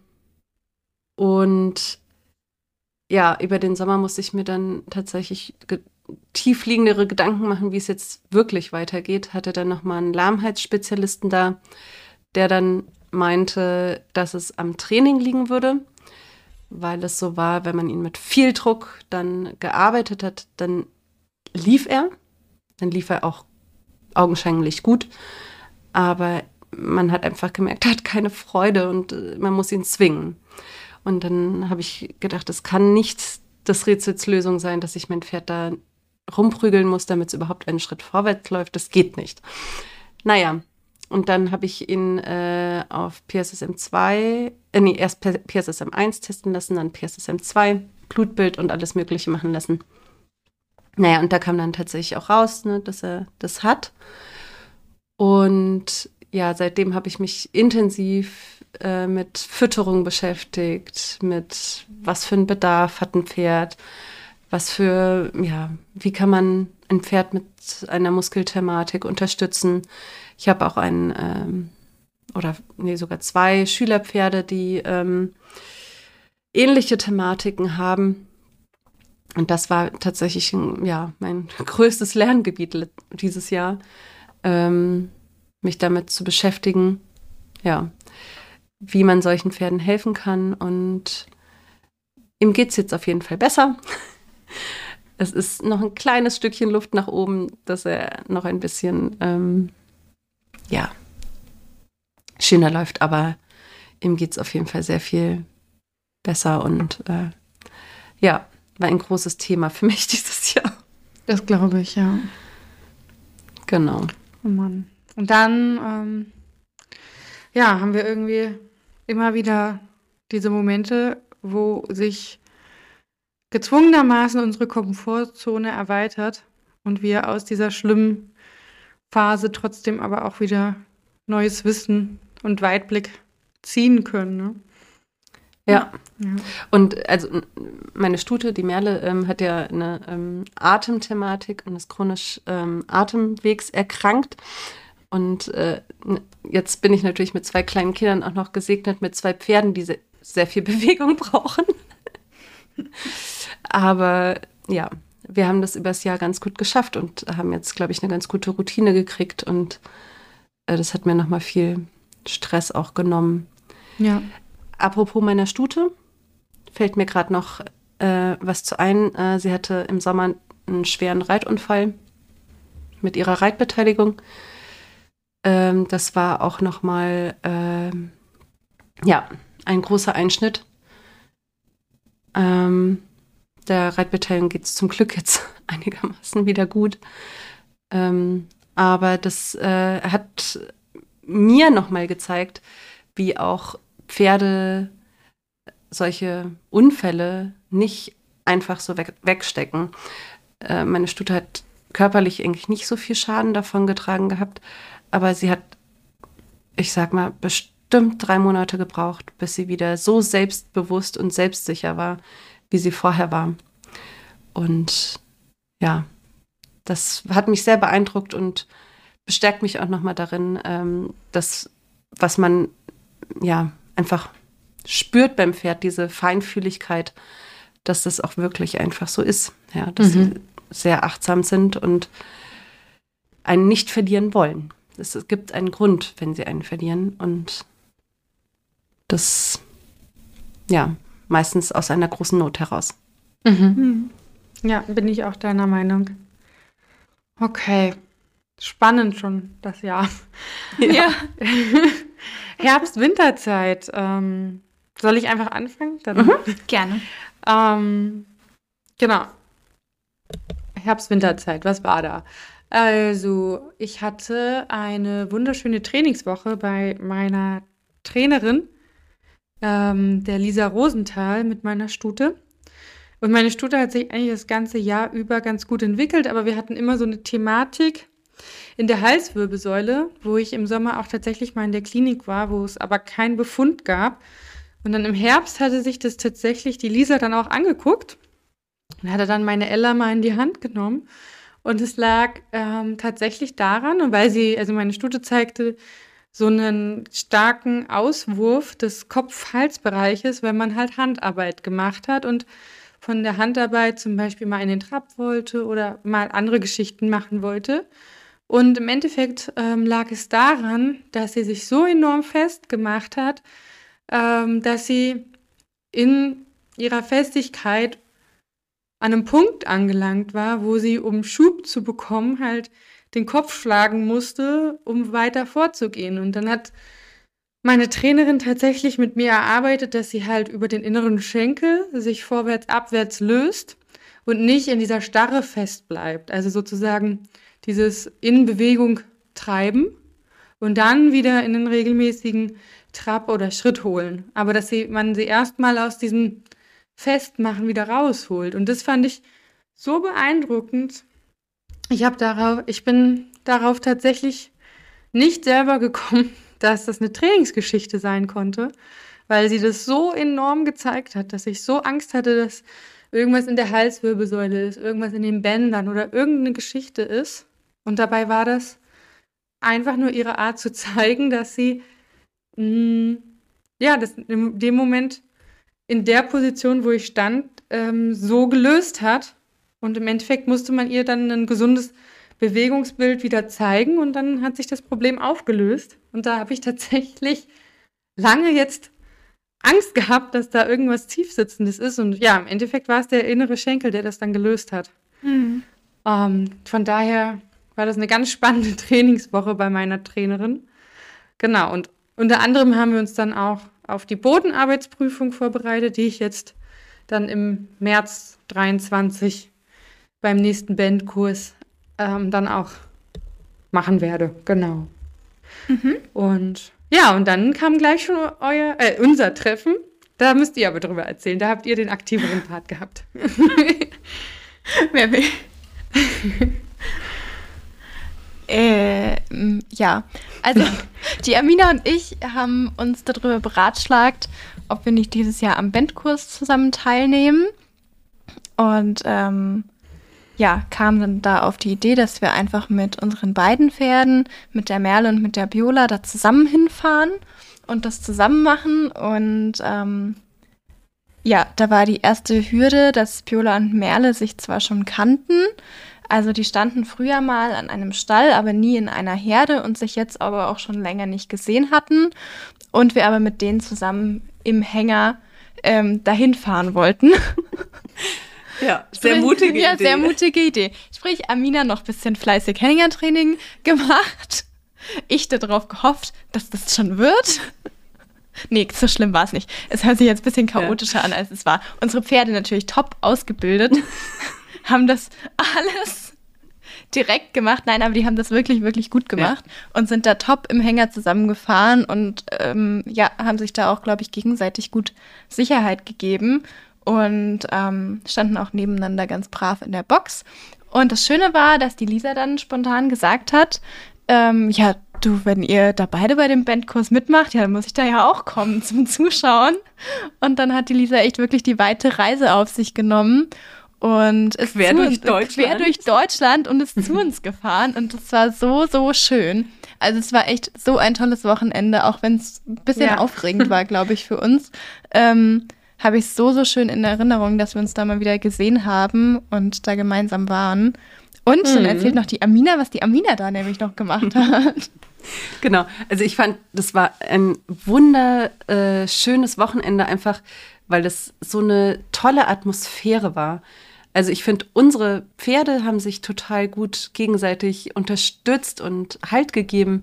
und ja, über den Sommer musste ich mir dann tatsächlich ge- tiefliegendere Gedanken machen, wie es jetzt wirklich weitergeht. Hatte dann nochmal einen Lahmheitsspezialisten da, der dann meinte, dass es am Training liegen würde, weil es so war, wenn man ihn mit viel Druck dann gearbeitet hat, dann lief er. Dann lief er auch augenscheinlich gut. Aber man hat einfach gemerkt, er hat keine Freude und äh, man muss ihn zwingen. Und dann habe ich gedacht, es kann nicht das Rätsels Lösung sein, dass ich mein Pferd da rumprügeln muss, damit es überhaupt einen Schritt vorwärts läuft. Das geht nicht. Naja, und dann habe ich ihn äh, auf P S S M zwei, äh, nee, erst P S S M eins testen lassen, dann P S S M zwei, Blutbild und alles Mögliche machen lassen. Naja, und da kam dann tatsächlich auch raus, ne, dass er das hat. Und ja, seitdem habe ich mich intensiv äh, mit Fütterung beschäftigt, mit was für einen Bedarf hat ein Pferd, was für, ja, wie kann man ein Pferd mit einer Muskelthematik unterstützen. Ich habe auch einen, ähm, oder nee, sogar zwei Schülerpferde, die ähm, ähnliche Thematiken haben. Und das war tatsächlich, ja, mein größtes Lerngebiet dieses Jahr, ähm, mich damit zu beschäftigen, ja, wie man solchen Pferden helfen kann. Und ihm geht es jetzt auf jeden Fall besser. Es ist noch ein kleines Stückchen Luft nach oben, dass er noch ein bisschen, ähm, ja, schöner läuft. Aber ihm geht es auf jeden Fall sehr viel besser. Und äh, ja, war ein großes Thema für mich dieses Jahr. Das glaube ich, ja. Genau. Oh Mann. Und dann, ähm, ja, haben wir irgendwie immer wieder diese Momente, wo sich gezwungenermaßen unsere Komfortzone erweitert und wir aus dieser schlimmen Phase trotzdem aber auch wieder neues Wissen und Weitblick ziehen können. Ne? Ja. Ja. Und also n- meine Stute, die Merle, ähm, hat ja eine ähm, Atemthematik und ist chronisch ähm, atemwegserkrankt. Und äh, n- jetzt bin ich natürlich mit zwei kleinen Kindern auch noch gesegnet, mit zwei Pferden, die se- sehr viel Bewegung brauchen. Aber ja, wir haben das übers Jahr ganz gut geschafft und haben jetzt, glaube ich, eine ganz gute Routine gekriegt. Und äh, das hat mir nochmal viel Stress auch genommen. Ja. Apropos meiner Stute, fällt mir gerade noch äh, was zu ein. Äh, sie hatte im Sommer einen schweren Reitunfall mit ihrer Reitbeteiligung. Ähm, das war auch nochmal ähm, ja, ein großer Einschnitt. Ähm, der Reitbeteiligung geht es zum Glück jetzt einigermaßen wieder gut. Ähm, aber das äh, hat mir nochmal gezeigt, wie auch Pferde solche Unfälle nicht einfach so weg, wegstecken. Äh, meine Stute hat körperlich eigentlich nicht so viel Schaden davon getragen gehabt, aber sie hat, ich sag mal, bestimmt drei Monate gebraucht, bis sie wieder so selbstbewusst und selbstsicher war, wie sie vorher war. Und ja, das hat mich sehr beeindruckt und bestärkt mich auch nochmal darin, ähm, dass, was man ja einfach spürt beim Pferd, diese Feinfühligkeit, dass das auch wirklich einfach so ist. Ja, dass Mhm. sie sehr achtsam sind und einen nicht verlieren wollen. Es gibt einen Grund, wenn sie einen verlieren. Und das, ja, meistens aus einer großen Not heraus. Mhm. Ja, bin ich auch deiner Meinung. Okay. Spannend schon das Jahr. Ja. Herbst-Winterzeit. Ähm, soll ich einfach anfangen? Dann, Gerne. ähm, genau. Herbst-Winterzeit, was war da? Also, ich hatte eine wunderschöne Trainingswoche bei meiner Trainerin, ähm, der Lisa Rosenthal, mit meiner Stute. Und meine Stute hat sich eigentlich das ganze Jahr über ganz gut entwickelt, aber wir hatten immer so eine Thematik in der Halswirbelsäule, wo ich im Sommer auch tatsächlich mal in der Klinik war, wo es aber keinen Befund gab. Und dann im Herbst hatte sich das tatsächlich die Lisa dann auch angeguckt und hatte dann meine Ella mal in die Hand genommen. Und es lag ähm, tatsächlich daran, und weil sie, also meine Stute zeigte so einen starken Auswurf des Kopf-Hals-Bereiches, wenn man halt Handarbeit gemacht hat und von der Handarbeit zum Beispiel mal in den Trab wollte oder mal andere Geschichten machen wollte. Und im Endeffekt ähm, lag es daran, dass sie sich so enorm festgemacht hat, ähm, dass sie in ihrer Festigkeit an einem Punkt angelangt war, wo sie, um Schub zu bekommen, halt den Kopf schlagen musste, um weiter vorzugehen. Und dann hat meine Trainerin tatsächlich mit mir erarbeitet, dass sie halt über den inneren Schenkel sich vorwärts, abwärts löst und nicht in dieser Starre festbleibt. Also sozusagen dieses in Bewegung treiben und dann wieder in den regelmäßigen Trab oder Schritt holen. Aber dass sie, man sie erstmal aus diesem Festmachen wieder rausholt. Und das fand ich so beeindruckend. Ich habe darauf, ich bin darauf tatsächlich nicht selber gekommen, dass das eine Trainingsgeschichte sein konnte, weil sie das so enorm gezeigt hat, dass ich so Angst hatte, dass irgendwas in der Halswirbelsäule ist, irgendwas in den Bändern oder irgendeine Geschichte ist. Und dabei war das einfach nur ihre Art zu zeigen, dass sie mh, ja, das in dem Moment in der Position, wo ich stand, ähm, so gelöst hat. Und im Endeffekt musste man ihr dann ein gesundes Bewegungsbild wieder zeigen und dann hat sich das Problem aufgelöst. Und da habe ich tatsächlich lange jetzt Angst gehabt, dass da irgendwas Tiefsitzendes ist. Und ja, im Endeffekt war es der innere Schenkel, der das dann gelöst hat. Mhm. Ähm, von daher war das eine ganz spannende Trainingswoche bei meiner Trainerin. Genau, und unter anderem haben wir uns dann auch auf die Bodenarbeitsprüfung vorbereitet, die ich jetzt dann im März dreiundzwanzig beim nächsten Bandkurs ähm, dann auch machen werde. Genau. Mhm. Und ja, und dann kam gleich schon euer, äh, unser Treffen. Da müsst ihr aber drüber erzählen. Da habt ihr den aktiveren Part gehabt. Wer will? äh, ja, also die Amina und ich haben uns darüber beratschlagt, ob wir nicht dieses Jahr am Bandkurs zusammen teilnehmen. Und ähm, ja, kamen dann da auf die Idee, dass wir einfach mit unseren beiden Pferden, mit der Merle und mit der Biola, da zusammen hinfahren und das zusammen machen. Und ähm, ja, da war die erste Hürde, dass Biola und Merle sich zwar schon kannten, also die standen früher mal an einem Stall, aber nie in einer Herde und sich jetzt aber auch schon länger nicht gesehen hatten. Und wir aber mit denen zusammen im Hänger ähm, dahin fahren wollten. Ja, sehr Sprich, mutige ja, Idee. sehr mutige Idee. Sprich, Amina noch ein bisschen fleißig Hängertraining gemacht. Ich darauf gehofft, dass das schon wird. Nee, so schlimm war es nicht. Es hört sich jetzt ein bisschen chaotischer ja. an, als es war. Unsere Pferde natürlich top ausgebildet, haben das alles direkt gemacht. Nein, aber die haben das wirklich, wirklich gut gemacht ja. und sind da top im Hänger zusammengefahren und ähm, ja, haben sich da auch, glaube ich, gegenseitig gut Sicherheit gegeben. Und ähm, standen auch nebeneinander ganz brav in der Box. Und das Schöne war, dass die Lisa dann spontan gesagt hat, ähm, ja, du, wenn ihr da beide bei dem Bandkurs mitmacht, ja, dann muss ich da ja auch kommen zum Zuschauen. Und dann hat die Lisa echt wirklich die weite Reise auf sich genommen und ist quer, zu durch, uns, Deutschland. quer durch Deutschland und ist zu uns gefahren. Und das war so, so schön. Also es war echt so ein tolles Wochenende, auch wenn es ein bisschen ja. aufregend war, glaube ich, für uns. Ähm, habe ich so, so schön in Erinnerung, dass wir uns da mal wieder gesehen haben und da gemeinsam waren. Und dann mhm. erzählt noch die Amina, was die Amina da nämlich noch gemacht hat. Genau, also ich fand, das war ein wunderschönes äh, Wochenende, einfach weil das so eine tolle Atmosphäre war. Also ich finde, unsere Pferde haben sich total gut gegenseitig unterstützt und Halt gegeben.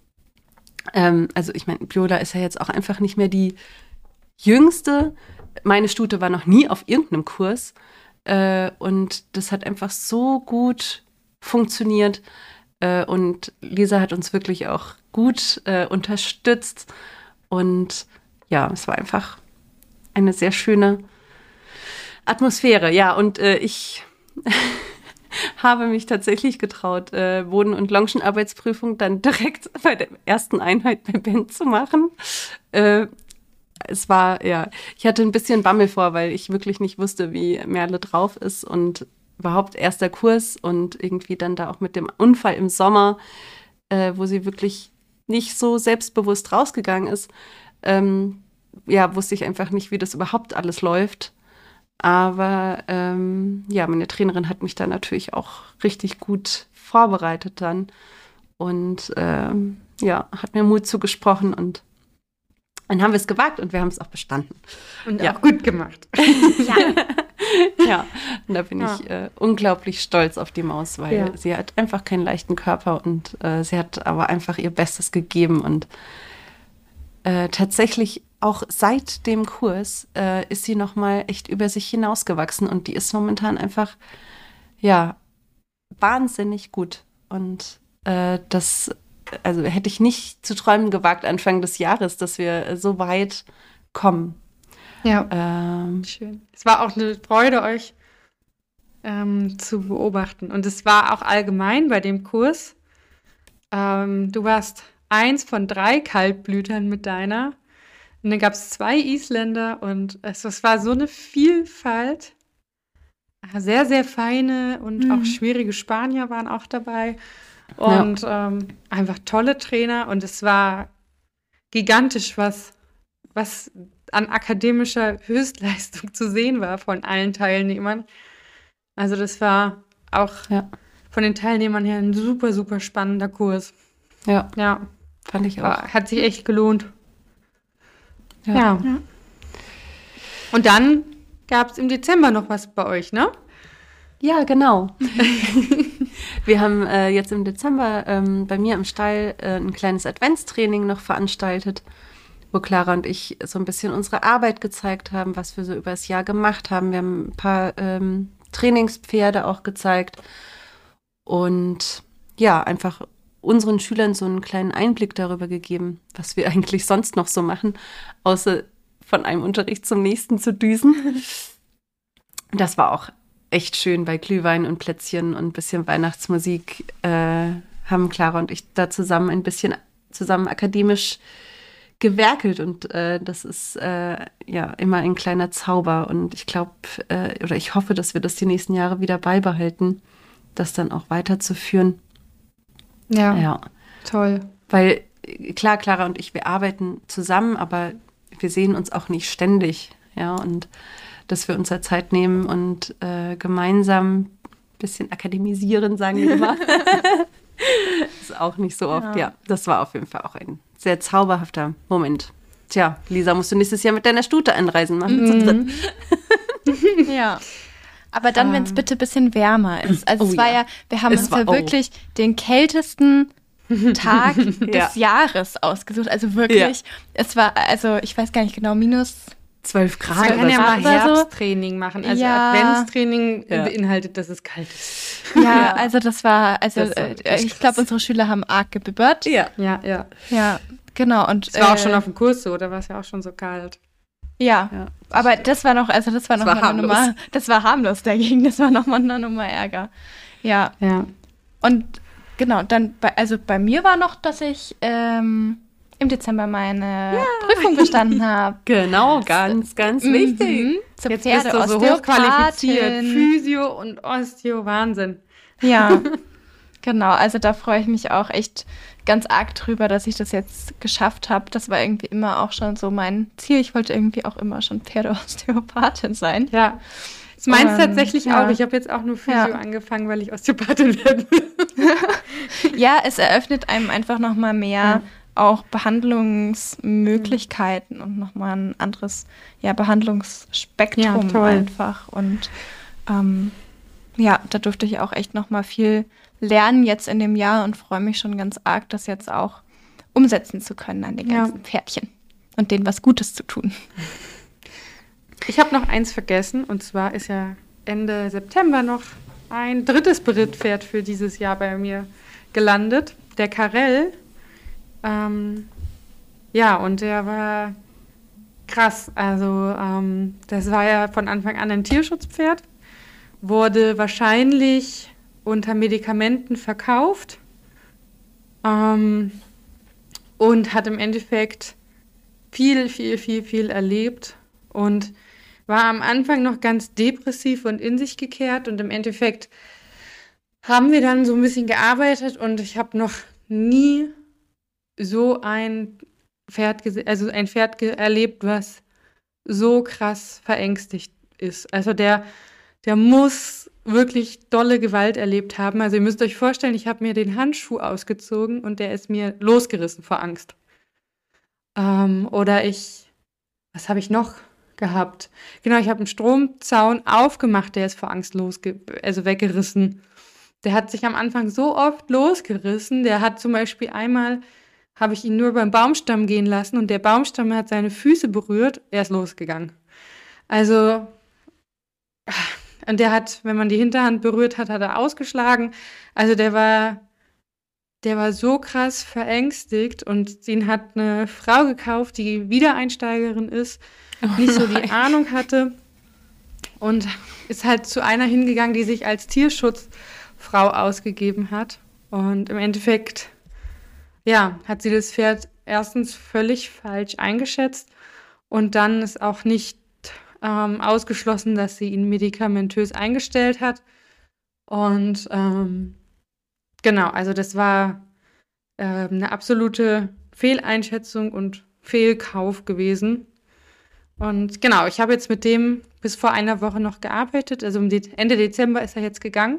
Ähm, also ich meine, Biola ist ja jetzt auch einfach nicht mehr die Jüngste. Meine Stute war noch nie auf irgendeinem Kurs äh, und das hat einfach so gut funktioniert äh, und Lisa hat uns wirklich auch gut äh, unterstützt und ja, es war einfach eine sehr schöne Atmosphäre. Ja, und äh, ich habe mich tatsächlich getraut, äh, Boden- und Longenarbeitsprüfung dann direkt bei der ersten Einheit bei Ben zu machen. Äh, Es war, ja, ich hatte ein bisschen Bammel vor, weil ich wirklich nicht wusste, wie Merle drauf ist und überhaupt erster Kurs und irgendwie dann da auch mit dem Unfall im Sommer, äh, wo sie wirklich nicht so selbstbewusst rausgegangen ist, ähm, ja, wusste ich einfach nicht, wie das überhaupt alles läuft. Aber ähm, ja, meine Trainerin hat mich da natürlich auch richtig gut vorbereitet dann und ähm, ja, hat mir Mut zugesprochen und dann haben wir es gewagt und wir haben es auch bestanden. Und ja. auch gut gemacht. Ja. Ja, und da bin ja. ich äh, unglaublich stolz auf die Maus, weil ja. sie hat einfach keinen leichten Körper und äh, sie hat aber einfach ihr Bestes gegeben und äh, tatsächlich auch seit dem Kurs äh, ist sie nochmal echt über sich hinausgewachsen und die ist momentan einfach, ja, wahnsinnig gut und äh, das Also hätte ich nicht zu träumen gewagt Anfang des Jahres, dass wir so weit kommen. Ja, ähm, schön. Es war auch eine Freude, euch ähm, zu beobachten. Und es war auch allgemein bei dem Kurs. Ähm, du warst eins von drei Kaltblütern mit deiner. Und dann gab es zwei Isländer und es, es war so eine Vielfalt. Sehr, sehr feine und mhm. auch schwierige Spanier waren auch dabei. Und ja. ähm, einfach tolle Trainer und es war gigantisch, was, was an akademischer Höchstleistung zu sehen war von allen Teilnehmern. Also das war auch ja. von den Teilnehmern her ein super, super spannender Kurs. Ja, ja. Fand ich auch. War, hat sich echt gelohnt. Ja. ja. ja. Und dann gab es im Dezember noch was bei euch, ne? Ja, genau. Wir haben äh, jetzt im Dezember ähm, bei mir im Stall äh, ein kleines Adventstraining noch veranstaltet, wo Clara und ich so ein bisschen unsere Arbeit gezeigt haben, was wir so über das Jahr gemacht haben. Wir haben ein paar ähm, Trainingspferde auch gezeigt und ja, einfach unseren Schülern so einen kleinen Einblick darüber gegeben, was wir eigentlich sonst noch so machen, außer von einem Unterricht zum nächsten zu düsen. Das war auch echt schön bei Glühwein und Plätzchen und ein bisschen Weihnachtsmusik. Äh, haben Clara und ich da zusammen ein bisschen zusammen akademisch gewerkelt und äh, das ist äh, ja immer ein kleiner Zauber und ich glaube äh, oder ich hoffe, dass wir das die nächsten Jahre wieder beibehalten, das dann auch weiterzuführen. Ja, Ja, toll. weil klar, Clara und ich, wir arbeiten zusammen, aber wir sehen uns auch nicht ständig, ja, und dass wir uns da Zeit nehmen und äh, gemeinsam ein bisschen akademisieren, sagen wir immer. Ist auch nicht so oft, ja. ja. Das war auf jeden Fall auch ein sehr zauberhafter Moment. Tja, Lisa, musst du nächstes Jahr mit deiner Stute anreisen machen. Mhm. Ja. Aber dann, wenn es bitte ein bisschen wärmer ist. Also Oh es war ja. ja, wir haben Es uns war- ja oh. wirklich den kältesten Tag des Jahres ausgesucht. Also wirklich, Ja. es war, also ich weiß gar nicht genau, minus Zwölf Grad Man kann oder ja so. mal oder so. Herbsttraining machen. Also Ja. Adventstraining Ja. beinhaltet, dass es kalt ist. Ja, Ja. also das war, also Das war äh, wirklich ich krass. glaube, unsere Schüler haben arg gebibbert. Ja. Ja, ja. Ja, genau. Und Es war auch äh, schon auf dem Kurs so, da war es ja auch schon so kalt. Ja, Ja. aber das war noch, also das war noch war mal eine harmlos. Nummer, das war harmlos dagegen, das war noch mal eine Nummer Ärger. Ja, Ja. und genau, dann, bei, also bei mir war noch, dass ich ähm, im Dezember meine Prüfung bestanden habe. Genau, ganz, ganz wichtig. Mhm. Zur Jetzt bist du so hochqualifiziert. Physio und Osteo, Wahnsinn. Ja, genau, also da freue ich mich auch echt ganz arg drüber, dass ich das jetzt geschafft habe. Das war irgendwie immer auch schon so mein Ziel. Ich wollte irgendwie auch immer schon Pferdeosteopathin sein. Ja. Das meins Ähm, tatsächlich ja. auch. Ich habe jetzt auch nur Physio Ja. angefangen, weil ich Osteopathin werden will. Ja, es eröffnet einem einfach noch mal mehr Ja. auch Behandlungsmöglichkeiten und noch mal ein anderes ja, Behandlungsspektrum Ja, toll. einfach. Und ähm, ja, da durfte ich auch echt noch mal viel lernen jetzt in dem Jahr und freue mich schon ganz arg, das jetzt auch umsetzen zu können an den Ja. ganzen Pferdchen und denen was Gutes zu tun. Ich habe noch eins vergessen, und zwar ist ja Ende September noch ein drittes Berittpferd für dieses Jahr bei mir gelandet, der Karel. Ähm, ja, und der war krass. Also ähm, das war ja von Anfang an ein Tierschutzpferd, wurde wahrscheinlich unter Medikamenten verkauft ähm, und hat im Endeffekt viel, viel, viel, viel erlebt und war am Anfang noch ganz depressiv und in sich gekehrt und im Endeffekt haben wir dann so ein bisschen gearbeitet und ich habe noch nie so ein Pferd, gese- also ein Pferd ge- erlebt, was so krass verängstigt ist. Also der, der muss wirklich dolle Gewalt erlebt haben. Also ihr müsst euch vorstellen, ich habe mir den Handschuh ausgezogen und der ist mir losgerissen vor Angst. Ähm, oder ich, was habe ich noch gehabt? Genau, ich habe einen Stromzaun aufgemacht, der ist vor Angst losge also weggerissen. Der hat sich am Anfang so oft losgerissen. Der hat zum Beispiel einmal, habe ich ihn nur beim Baumstamm gehen lassen und der Baumstamm hat seine Füße berührt, er ist losgegangen. Also, und der hat, wenn man die Hinterhand berührt hat, hat er ausgeschlagen. Also der war, der war so krass verängstigt und den hat eine Frau gekauft, die Wiedereinsteigerin ist, nicht so die Ahnung hatte und ist halt zu einer hingegangen, die sich als Tierschutzfrau ausgegeben hat. Und im Endeffekt, ja, hat sie das Pferd erstens völlig falsch eingeschätzt und dann ist auch nicht ähm, ausgeschlossen, dass sie ihn medikamentös eingestellt hat. Und ähm, genau, also das war äh, eine absolute Fehleinschätzung und Fehlkauf gewesen. Und genau, ich habe jetzt mit dem bis vor einer Woche noch gearbeitet. Also Ende Dezember ist er jetzt gegangen.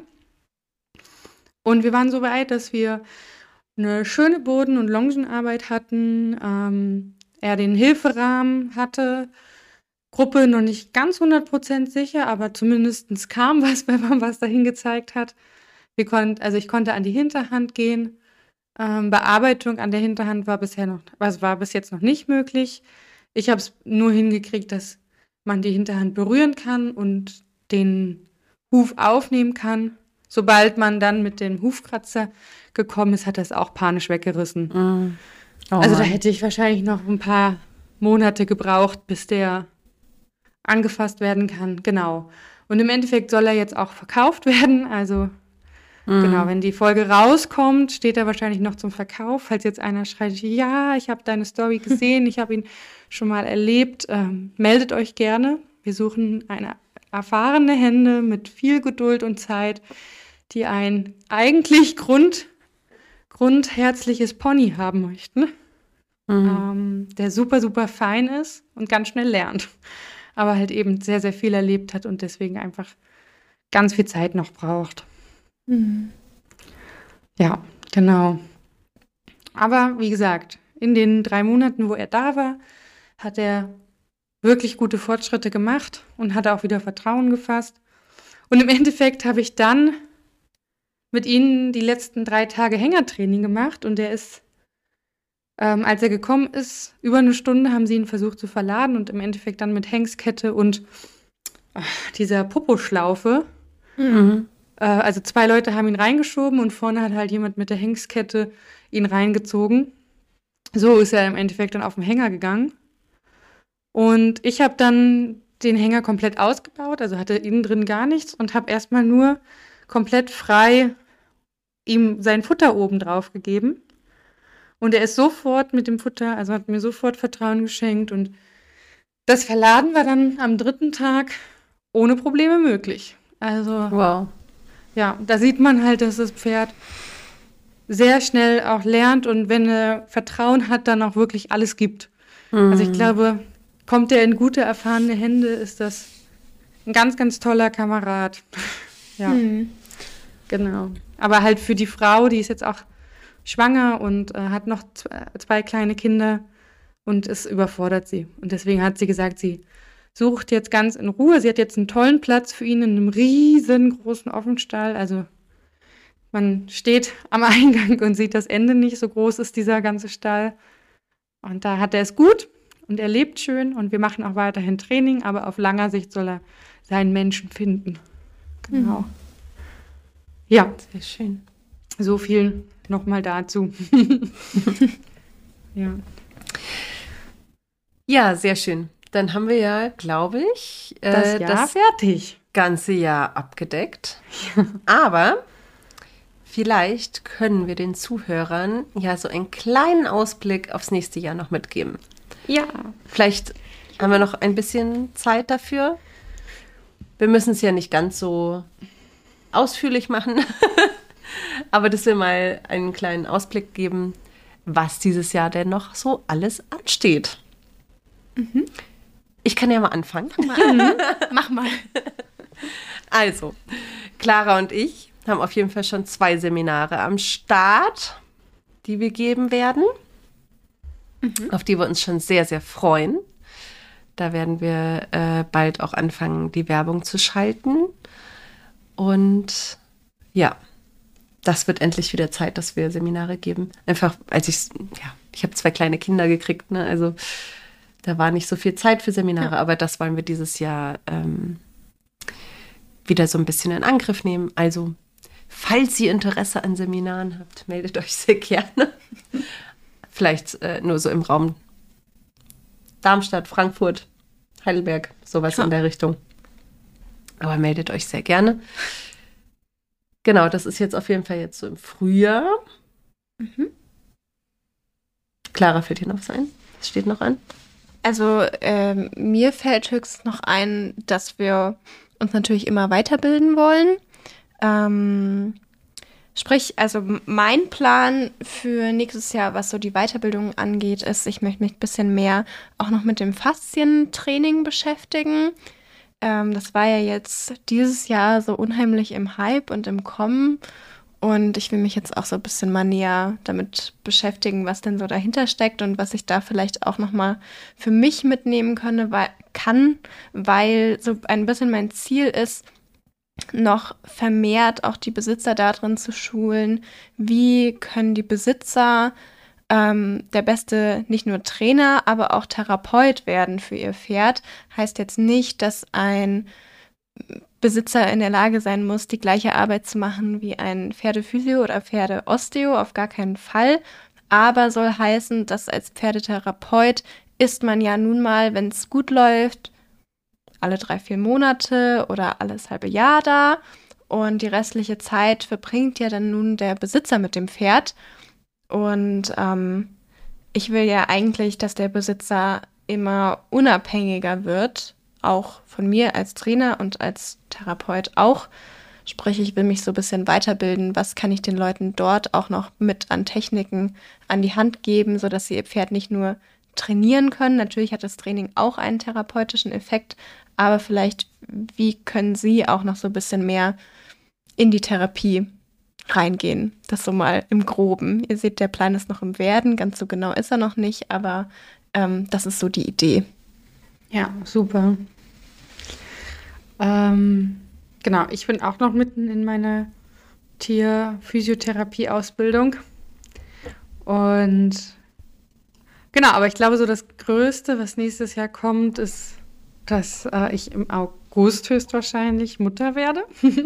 Und wir waren so weit, dass wir eine schöne Boden- und Longenarbeit hatten. Ähm, er den Hilferahmen hatte. Gruppe noch nicht ganz hundert Prozent sicher, aber zumindest kam was, wenn man was dahin gezeigt hat. Wir konnt, also ich konnte an die Hinterhand gehen. Ähm, Bearbeitung an der Hinterhand war bisher noch, was war bis jetzt noch nicht möglich. Ich habe es nur hingekriegt, dass man die Hinterhand berühren kann und den Huf aufnehmen kann, sobald man dann mit dem Hufkratzer gekommen ist, hat er es auch panisch weggerissen. Mm. Oh also da Mann. hätte ich wahrscheinlich noch ein paar Monate gebraucht, bis der angefasst werden kann. Genau. Und im Endeffekt soll er jetzt auch verkauft werden. Also Mm. genau, wenn die Folge rauskommt, steht er wahrscheinlich noch zum Verkauf. Falls jetzt einer schreit, ja, ich habe deine Story gesehen, ich habe ihn schon mal erlebt, ähm, meldet euch gerne. Wir suchen eine erfahrene Hände mit viel Geduld und Zeit, die ein eigentlich Grund, grundherzliches Pony haben möchten, Mm. ähm, der super, super fein ist und ganz schnell lernt, aber halt eben sehr, sehr viel erlebt hat und deswegen einfach ganz viel Zeit noch braucht. Mhm. Ja, genau. Aber wie gesagt, in den drei Monaten, wo er da war, hat er wirklich gute Fortschritte gemacht und hat auch wieder Vertrauen gefasst. Und im Endeffekt habe ich dann mit ihnen die letzten drei Tage Hängertraining gemacht und er ist, ähm, als er gekommen ist, über eine Stunde haben sie ihn versucht zu verladen und im Endeffekt dann mit Hengskette und ach, dieser Poposchlaufe. Mhm. Äh, also zwei Leute haben ihn reingeschoben und vorne hat halt jemand mit der Hengskette ihn reingezogen. So ist er im Endeffekt dann auf den Hänger gegangen. Und ich habe dann den Hänger komplett ausgebaut, also hatte innen drin gar nichts und habe erstmal nur komplett frei ihm sein Futter oben drauf gegeben. Und er ist sofort mit dem Futter, also hat mir sofort Vertrauen geschenkt. Und das Verladen war dann am dritten Tag ohne Probleme möglich. Also Wow. ja, da sieht man halt, dass das Pferd sehr schnell auch lernt und wenn er Vertrauen hat, dann auch wirklich alles gibt. Mhm. Also ich glaube, kommt er in gute, erfahrene Hände, ist das ein ganz, ganz toller Kamerad. Ja, Mhm. genau. Aber halt für die Frau, die ist jetzt auch schwanger und äh, hat noch zwei, zwei kleine Kinder und es überfordert sie. Und deswegen hat sie gesagt, sie sucht jetzt ganz in Ruhe. Sie hat jetzt einen tollen Platz für ihn in einem riesengroßen Offenstall. Also man steht am Eingang und sieht das Ende nicht. So groß ist dieser ganze Stall. Und da hat er es gut und er lebt schön. Und wir machen auch weiterhin Training, aber auf langer Sicht soll er seinen Menschen finden. Genau. Mhm. Ja, Sehr schön. so viel nochmal dazu. Ja. Ja, sehr schön. Dann haben wir ja, glaube ich, äh, Das Jahr das fertig. ganze Jahr abgedeckt. Aber vielleicht können wir den Zuhörern ja so einen kleinen Ausblick aufs nächste Jahr noch mitgeben. Ja. Vielleicht haben wir noch ein bisschen Zeit dafür. Wir müssen es ja nicht ganz so ausführlich machen, aber dass wir mal einen kleinen Ausblick geben, was dieses Jahr denn noch so alles ansteht. Mhm. Ich kann ja mal anfangen. Mach mal. Also, Clara und ich haben auf jeden Fall schon zwei Seminare am Start, die wir geben werden, Mhm. auf die wir uns schon sehr, sehr freuen. Da werden wir äh, bald auch anfangen, die Werbung zu schalten. Und ja, das wird endlich wieder Zeit, dass wir Seminare geben. Einfach, als ich, ja, ich habe zwei kleine Kinder gekriegt, ne? Also da war nicht so viel Zeit für Seminare, Ja. aber das wollen wir dieses Jahr ähm, wieder so ein bisschen in Angriff nehmen. Also, falls ihr Interesse an Seminaren habt, meldet euch sehr gerne. Vielleicht äh, nur so im Raum Darmstadt, Frankfurt, Heidelberg, sowas Ja. in der Richtung. Aber meldet euch sehr gerne. Genau, das ist jetzt auf jeden Fall jetzt so im Frühjahr. Mhm. Clara, fällt dir noch was ein? Was steht noch an? Also ähm, mir fällt höchstens noch ein, dass wir uns natürlich immer weiterbilden wollen. Ähm, sprich, also m- mein Plan für nächstes Jahr, was so die Weiterbildung angeht, ist, ich möchte mich ein bisschen mehr auch noch mit dem Faszientraining beschäftigen. Ähm, das war ja jetzt dieses Jahr so unheimlich im Hype und im Kommen. Und ich will mich jetzt auch so ein bisschen mal näher damit beschäftigen, was denn so dahinter steckt und was ich da vielleicht auch nochmal für mich mitnehmen könne, weil, kann, weil so ein bisschen mein Ziel ist, noch vermehrt auch die Besitzer darin zu schulen, wie können die Besitzer ähm, der beste nicht nur Trainer, aber auch Therapeut werden für ihr Pferd. Heißt jetzt nicht, dass ein Besitzer in der Lage sein muss, die gleiche Arbeit zu machen wie ein Pferdephysio oder Pferdeosteo, auf gar keinen Fall. Aber soll heißen, dass als Pferdetherapeut ist man ja nun mal, wenn es gut läuft, alle drei, vier Monate oder alles halbe Jahr da. Und die restliche Zeit verbringt ja dann nun der Besitzer mit dem Pferd. Und ähm, ich will ja eigentlich, dass der Besitzer immer unabhängiger wird, auch von mir als Trainer und als Therapeut auch. Sprich, ich will mich so ein bisschen weiterbilden. Was kann ich den Leuten dort auch noch mit an Techniken an die Hand geben, sodass sie ihr Pferd nicht nur trainieren können. Natürlich hat das Training auch einen therapeutischen Effekt, aber vielleicht, wie können Sie auch noch so ein bisschen mehr in die Therapie reingehen? Das so mal im Groben. Ihr seht, der Plan ist noch im Werden. Ganz so genau ist er noch nicht, aber ähm, das ist so die Idee. Ja, super. Ähm, genau, ich bin auch noch mitten in meiner Tierphysiotherapie-Ausbildung. Und genau, aber ich glaube, so das Größte, was nächstes Jahr kommt, ist, dass äh, ich im August höchstwahrscheinlich Mutter werde.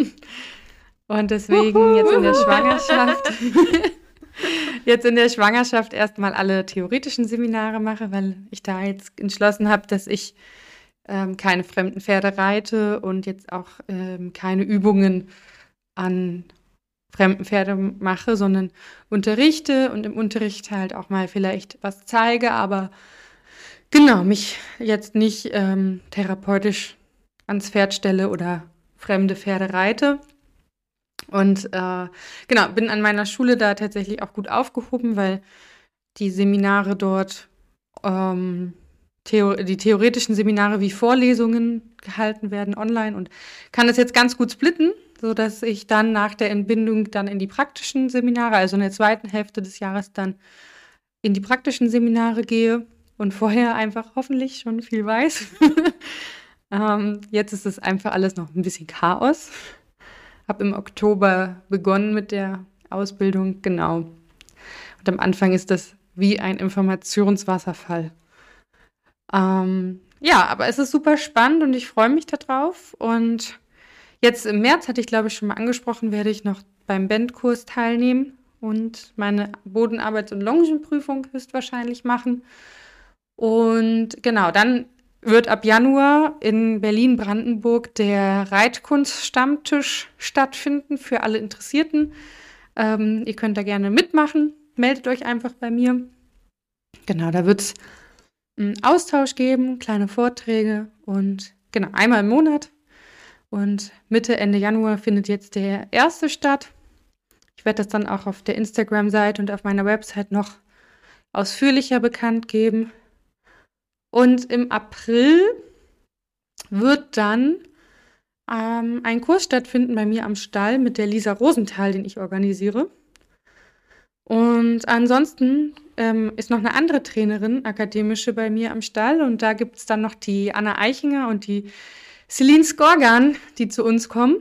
Und deswegen jetzt in der Schwangerschaft, jetzt in der Schwangerschaft erstmal alle theoretischen Seminare mache, weil ich da jetzt entschlossen habe, dass ich ähm, keine fremden Pferde reite und jetzt auch ähm, keine Übungen an fremden Pferde mache, sondern unterrichte und im Unterricht halt auch mal vielleicht was zeige, aber genau, mich jetzt nicht ähm, therapeutisch ans Pferd stelle oder fremde Pferde reite. Und äh, genau, bin an meiner Schule da tatsächlich auch gut aufgehoben, weil die Seminare dort, ähm, Theo- die theoretischen Seminare wie Vorlesungen gehalten werden online und kann das jetzt ganz gut splitten, sodass ich dann nach der Entbindung dann in die praktischen Seminare, also in der zweiten Hälfte des Jahres dann in die praktischen Seminare gehe und vorher einfach hoffentlich schon viel weiß. ähm, jetzt ist es einfach alles noch ein bisschen Chaos. Habe im Oktober begonnen mit der Ausbildung, genau. Und am Anfang ist das wie ein Informationswasserfall. Ähm, ja, aber es ist super spannend und ich freue mich darauf. Und jetzt im März, hatte ich glaube ich schon mal angesprochen, werde ich noch beim Bandkurs teilnehmen und meine Bodenarbeits- und Longenprüfung höchstwahrscheinlich machen. Und genau, dann wird ab Januar in Berlin-Brandenburg der Reitkunst-Stammtisch stattfinden für alle Interessierten. Ähm, ihr könnt da gerne mitmachen. Meldet euch einfach bei mir. Genau, da wird es einen Austausch geben, kleine Vorträge und genau, einmal im Monat. Und Mitte, Ende Januar findet jetzt der erste statt. Ich werde das dann auch auf der Instagram-Seite und auf meiner Website noch ausführlicher bekannt geben. Und im April wird dann ähm, ein Kurs stattfinden bei mir am Stall mit der Lisa Rosenthal, den ich organisiere. Und ansonsten ähm, ist noch eine andere Trainerin, akademische, bei mir am Stall. Und da gibt es dann noch die Anna Eichinger und die Celine Skorgan, die zu uns kommen.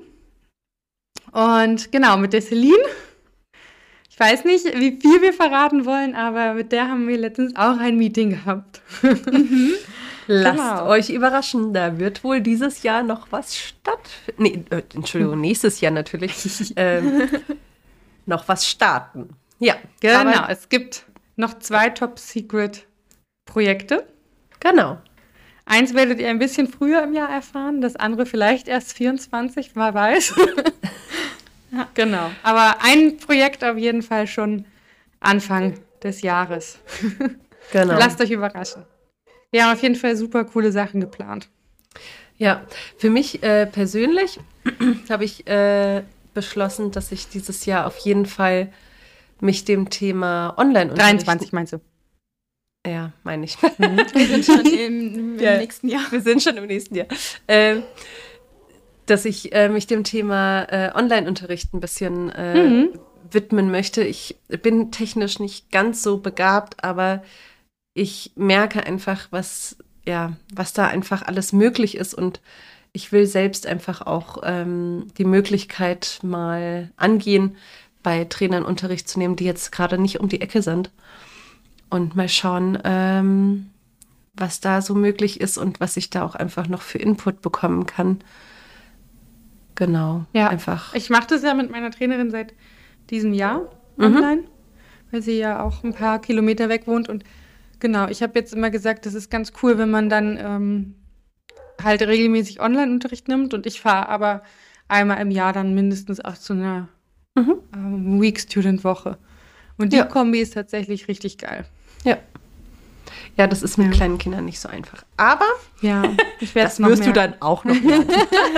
Und genau, mit der Celine, ich weiß nicht, wie viel wir verraten wollen, aber mit der haben wir letztens auch ein Meeting gehabt. Mhm. Lasst Genau. euch überraschen, da wird wohl dieses Jahr noch was stattfinden. Nee, äh, Entschuldigung, nächstes Jahr natürlich ähm, noch was starten. Ja, Genau, aber, es gibt noch zwei Top-Secret-Projekte. genau. Eins werdet ihr ein bisschen früher im Jahr erfahren, das andere vielleicht erst vierundzwanzig, wer weiß. Ja, genau. Aber ein Projekt auf jeden Fall schon Anfang des Jahres. Genau. Lasst euch überraschen. Wir haben auf jeden Fall super coole Sachen geplant. Ja, für mich äh, persönlich habe ich äh, beschlossen, dass ich dieses Jahr auf jeden Fall mich dem Thema Online-Unterricht... dreiundzwanzig meinst du? Ja, meine ich. Wir sind schon im, im Ja, nächsten Jahr. Wir sind schon im nächsten Jahr. Ähm, dass ich äh, mich dem Thema äh, Online-Unterricht ein bisschen äh, Mhm. widmen möchte. Ich bin technisch nicht ganz so begabt, aber ich merke einfach, was, ja, was da einfach alles möglich ist und ich will selbst einfach auch ähm, die Möglichkeit mal angehen, bei Trainern Unterricht zu nehmen, die jetzt gerade nicht um die Ecke sind und mal schauen, ähm, was da so möglich ist und was ich da auch einfach noch für Input bekommen kann. genau. Ja, Einfach. Ich mache das ja mit meiner Trainerin seit diesem Jahr Mhm. online, weil sie ja auch ein paar Kilometer weg wohnt. Und genau, ich habe jetzt immer gesagt, das ist ganz cool, wenn man dann ähm, halt regelmäßig Online-Unterricht nimmt. Und ich fahre aber einmal im Jahr dann mindestens auch zu einer Mhm. ähm, Week-Student-Woche. Und die Ja. Kombi ist tatsächlich richtig geil. Ja. Ja, das ist mit Ja. kleinen Kindern nicht so einfach. Aber Ja, ich werde das wirst du dann auch noch lernen.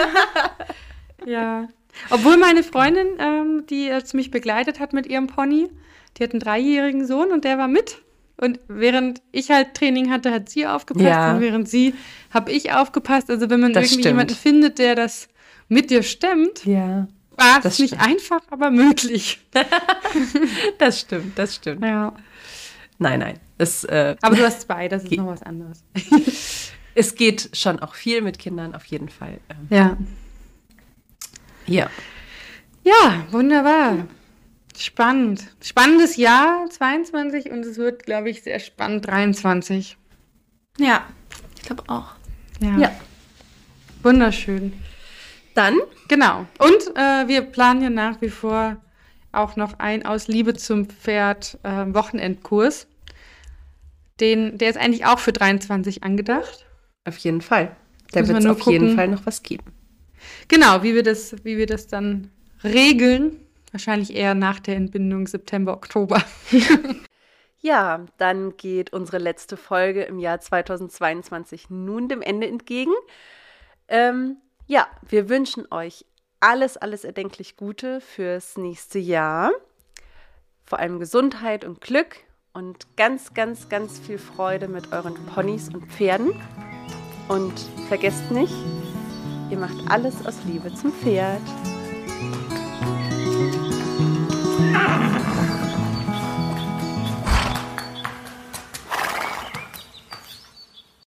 Ja. Obwohl meine Freundin, ähm, die jetzt mich begleitet hat mit ihrem Pony, die hat einen dreijährigen Sohn und der war mit. Und während ich halt Training hatte, hat sie aufgepasst Ja. und während sie, habe ich aufgepasst. Also wenn man Das irgendwie stimmt. jemanden findet, der das mit dir stemmt, Ja, war es Das nicht stimmt. einfach, aber möglich. das stimmt, das stimmt. Ja. Nein, nein. Es, äh, Aber du hast zwei, das ist Ge- noch was anderes. es geht schon auch viel mit Kindern, auf jeden Fall. Ähm, Ja. Ja. Ja, wunderbar. Spannend. Spannendes Jahr zweiundzwanzig und es wird, glaube ich, sehr spannend dreiundzwanzig. Ja, ich glaube auch. Ja. Ja. Wunderschön. Dann, Genau. Und äh, wir planen ja nach wie vor auch noch ein aus Liebe zum Pferd äh, Wochenendkurs. Den, der ist eigentlich auch für dreiundzwanzig angedacht. auf jeden Fall. Da Müssen wir wird es nur auf jeden gucken. Fall noch was geben. Genau, wie wir das, wie wir das dann regeln. Wahrscheinlich eher nach der Entbindung September, Oktober. Ja, dann geht unsere letzte Folge im Jahr zweitausendzweiundzwanzig nun dem Ende entgegen. Ähm, ja, wir wünschen euch alles, alles erdenklich Gute fürs nächste Jahr. Vor allem Gesundheit und Glück und ganz, ganz, ganz viel Freude mit euren Ponys und Pferden. Und vergesst nicht, ihr macht alles aus Liebe zum Pferd.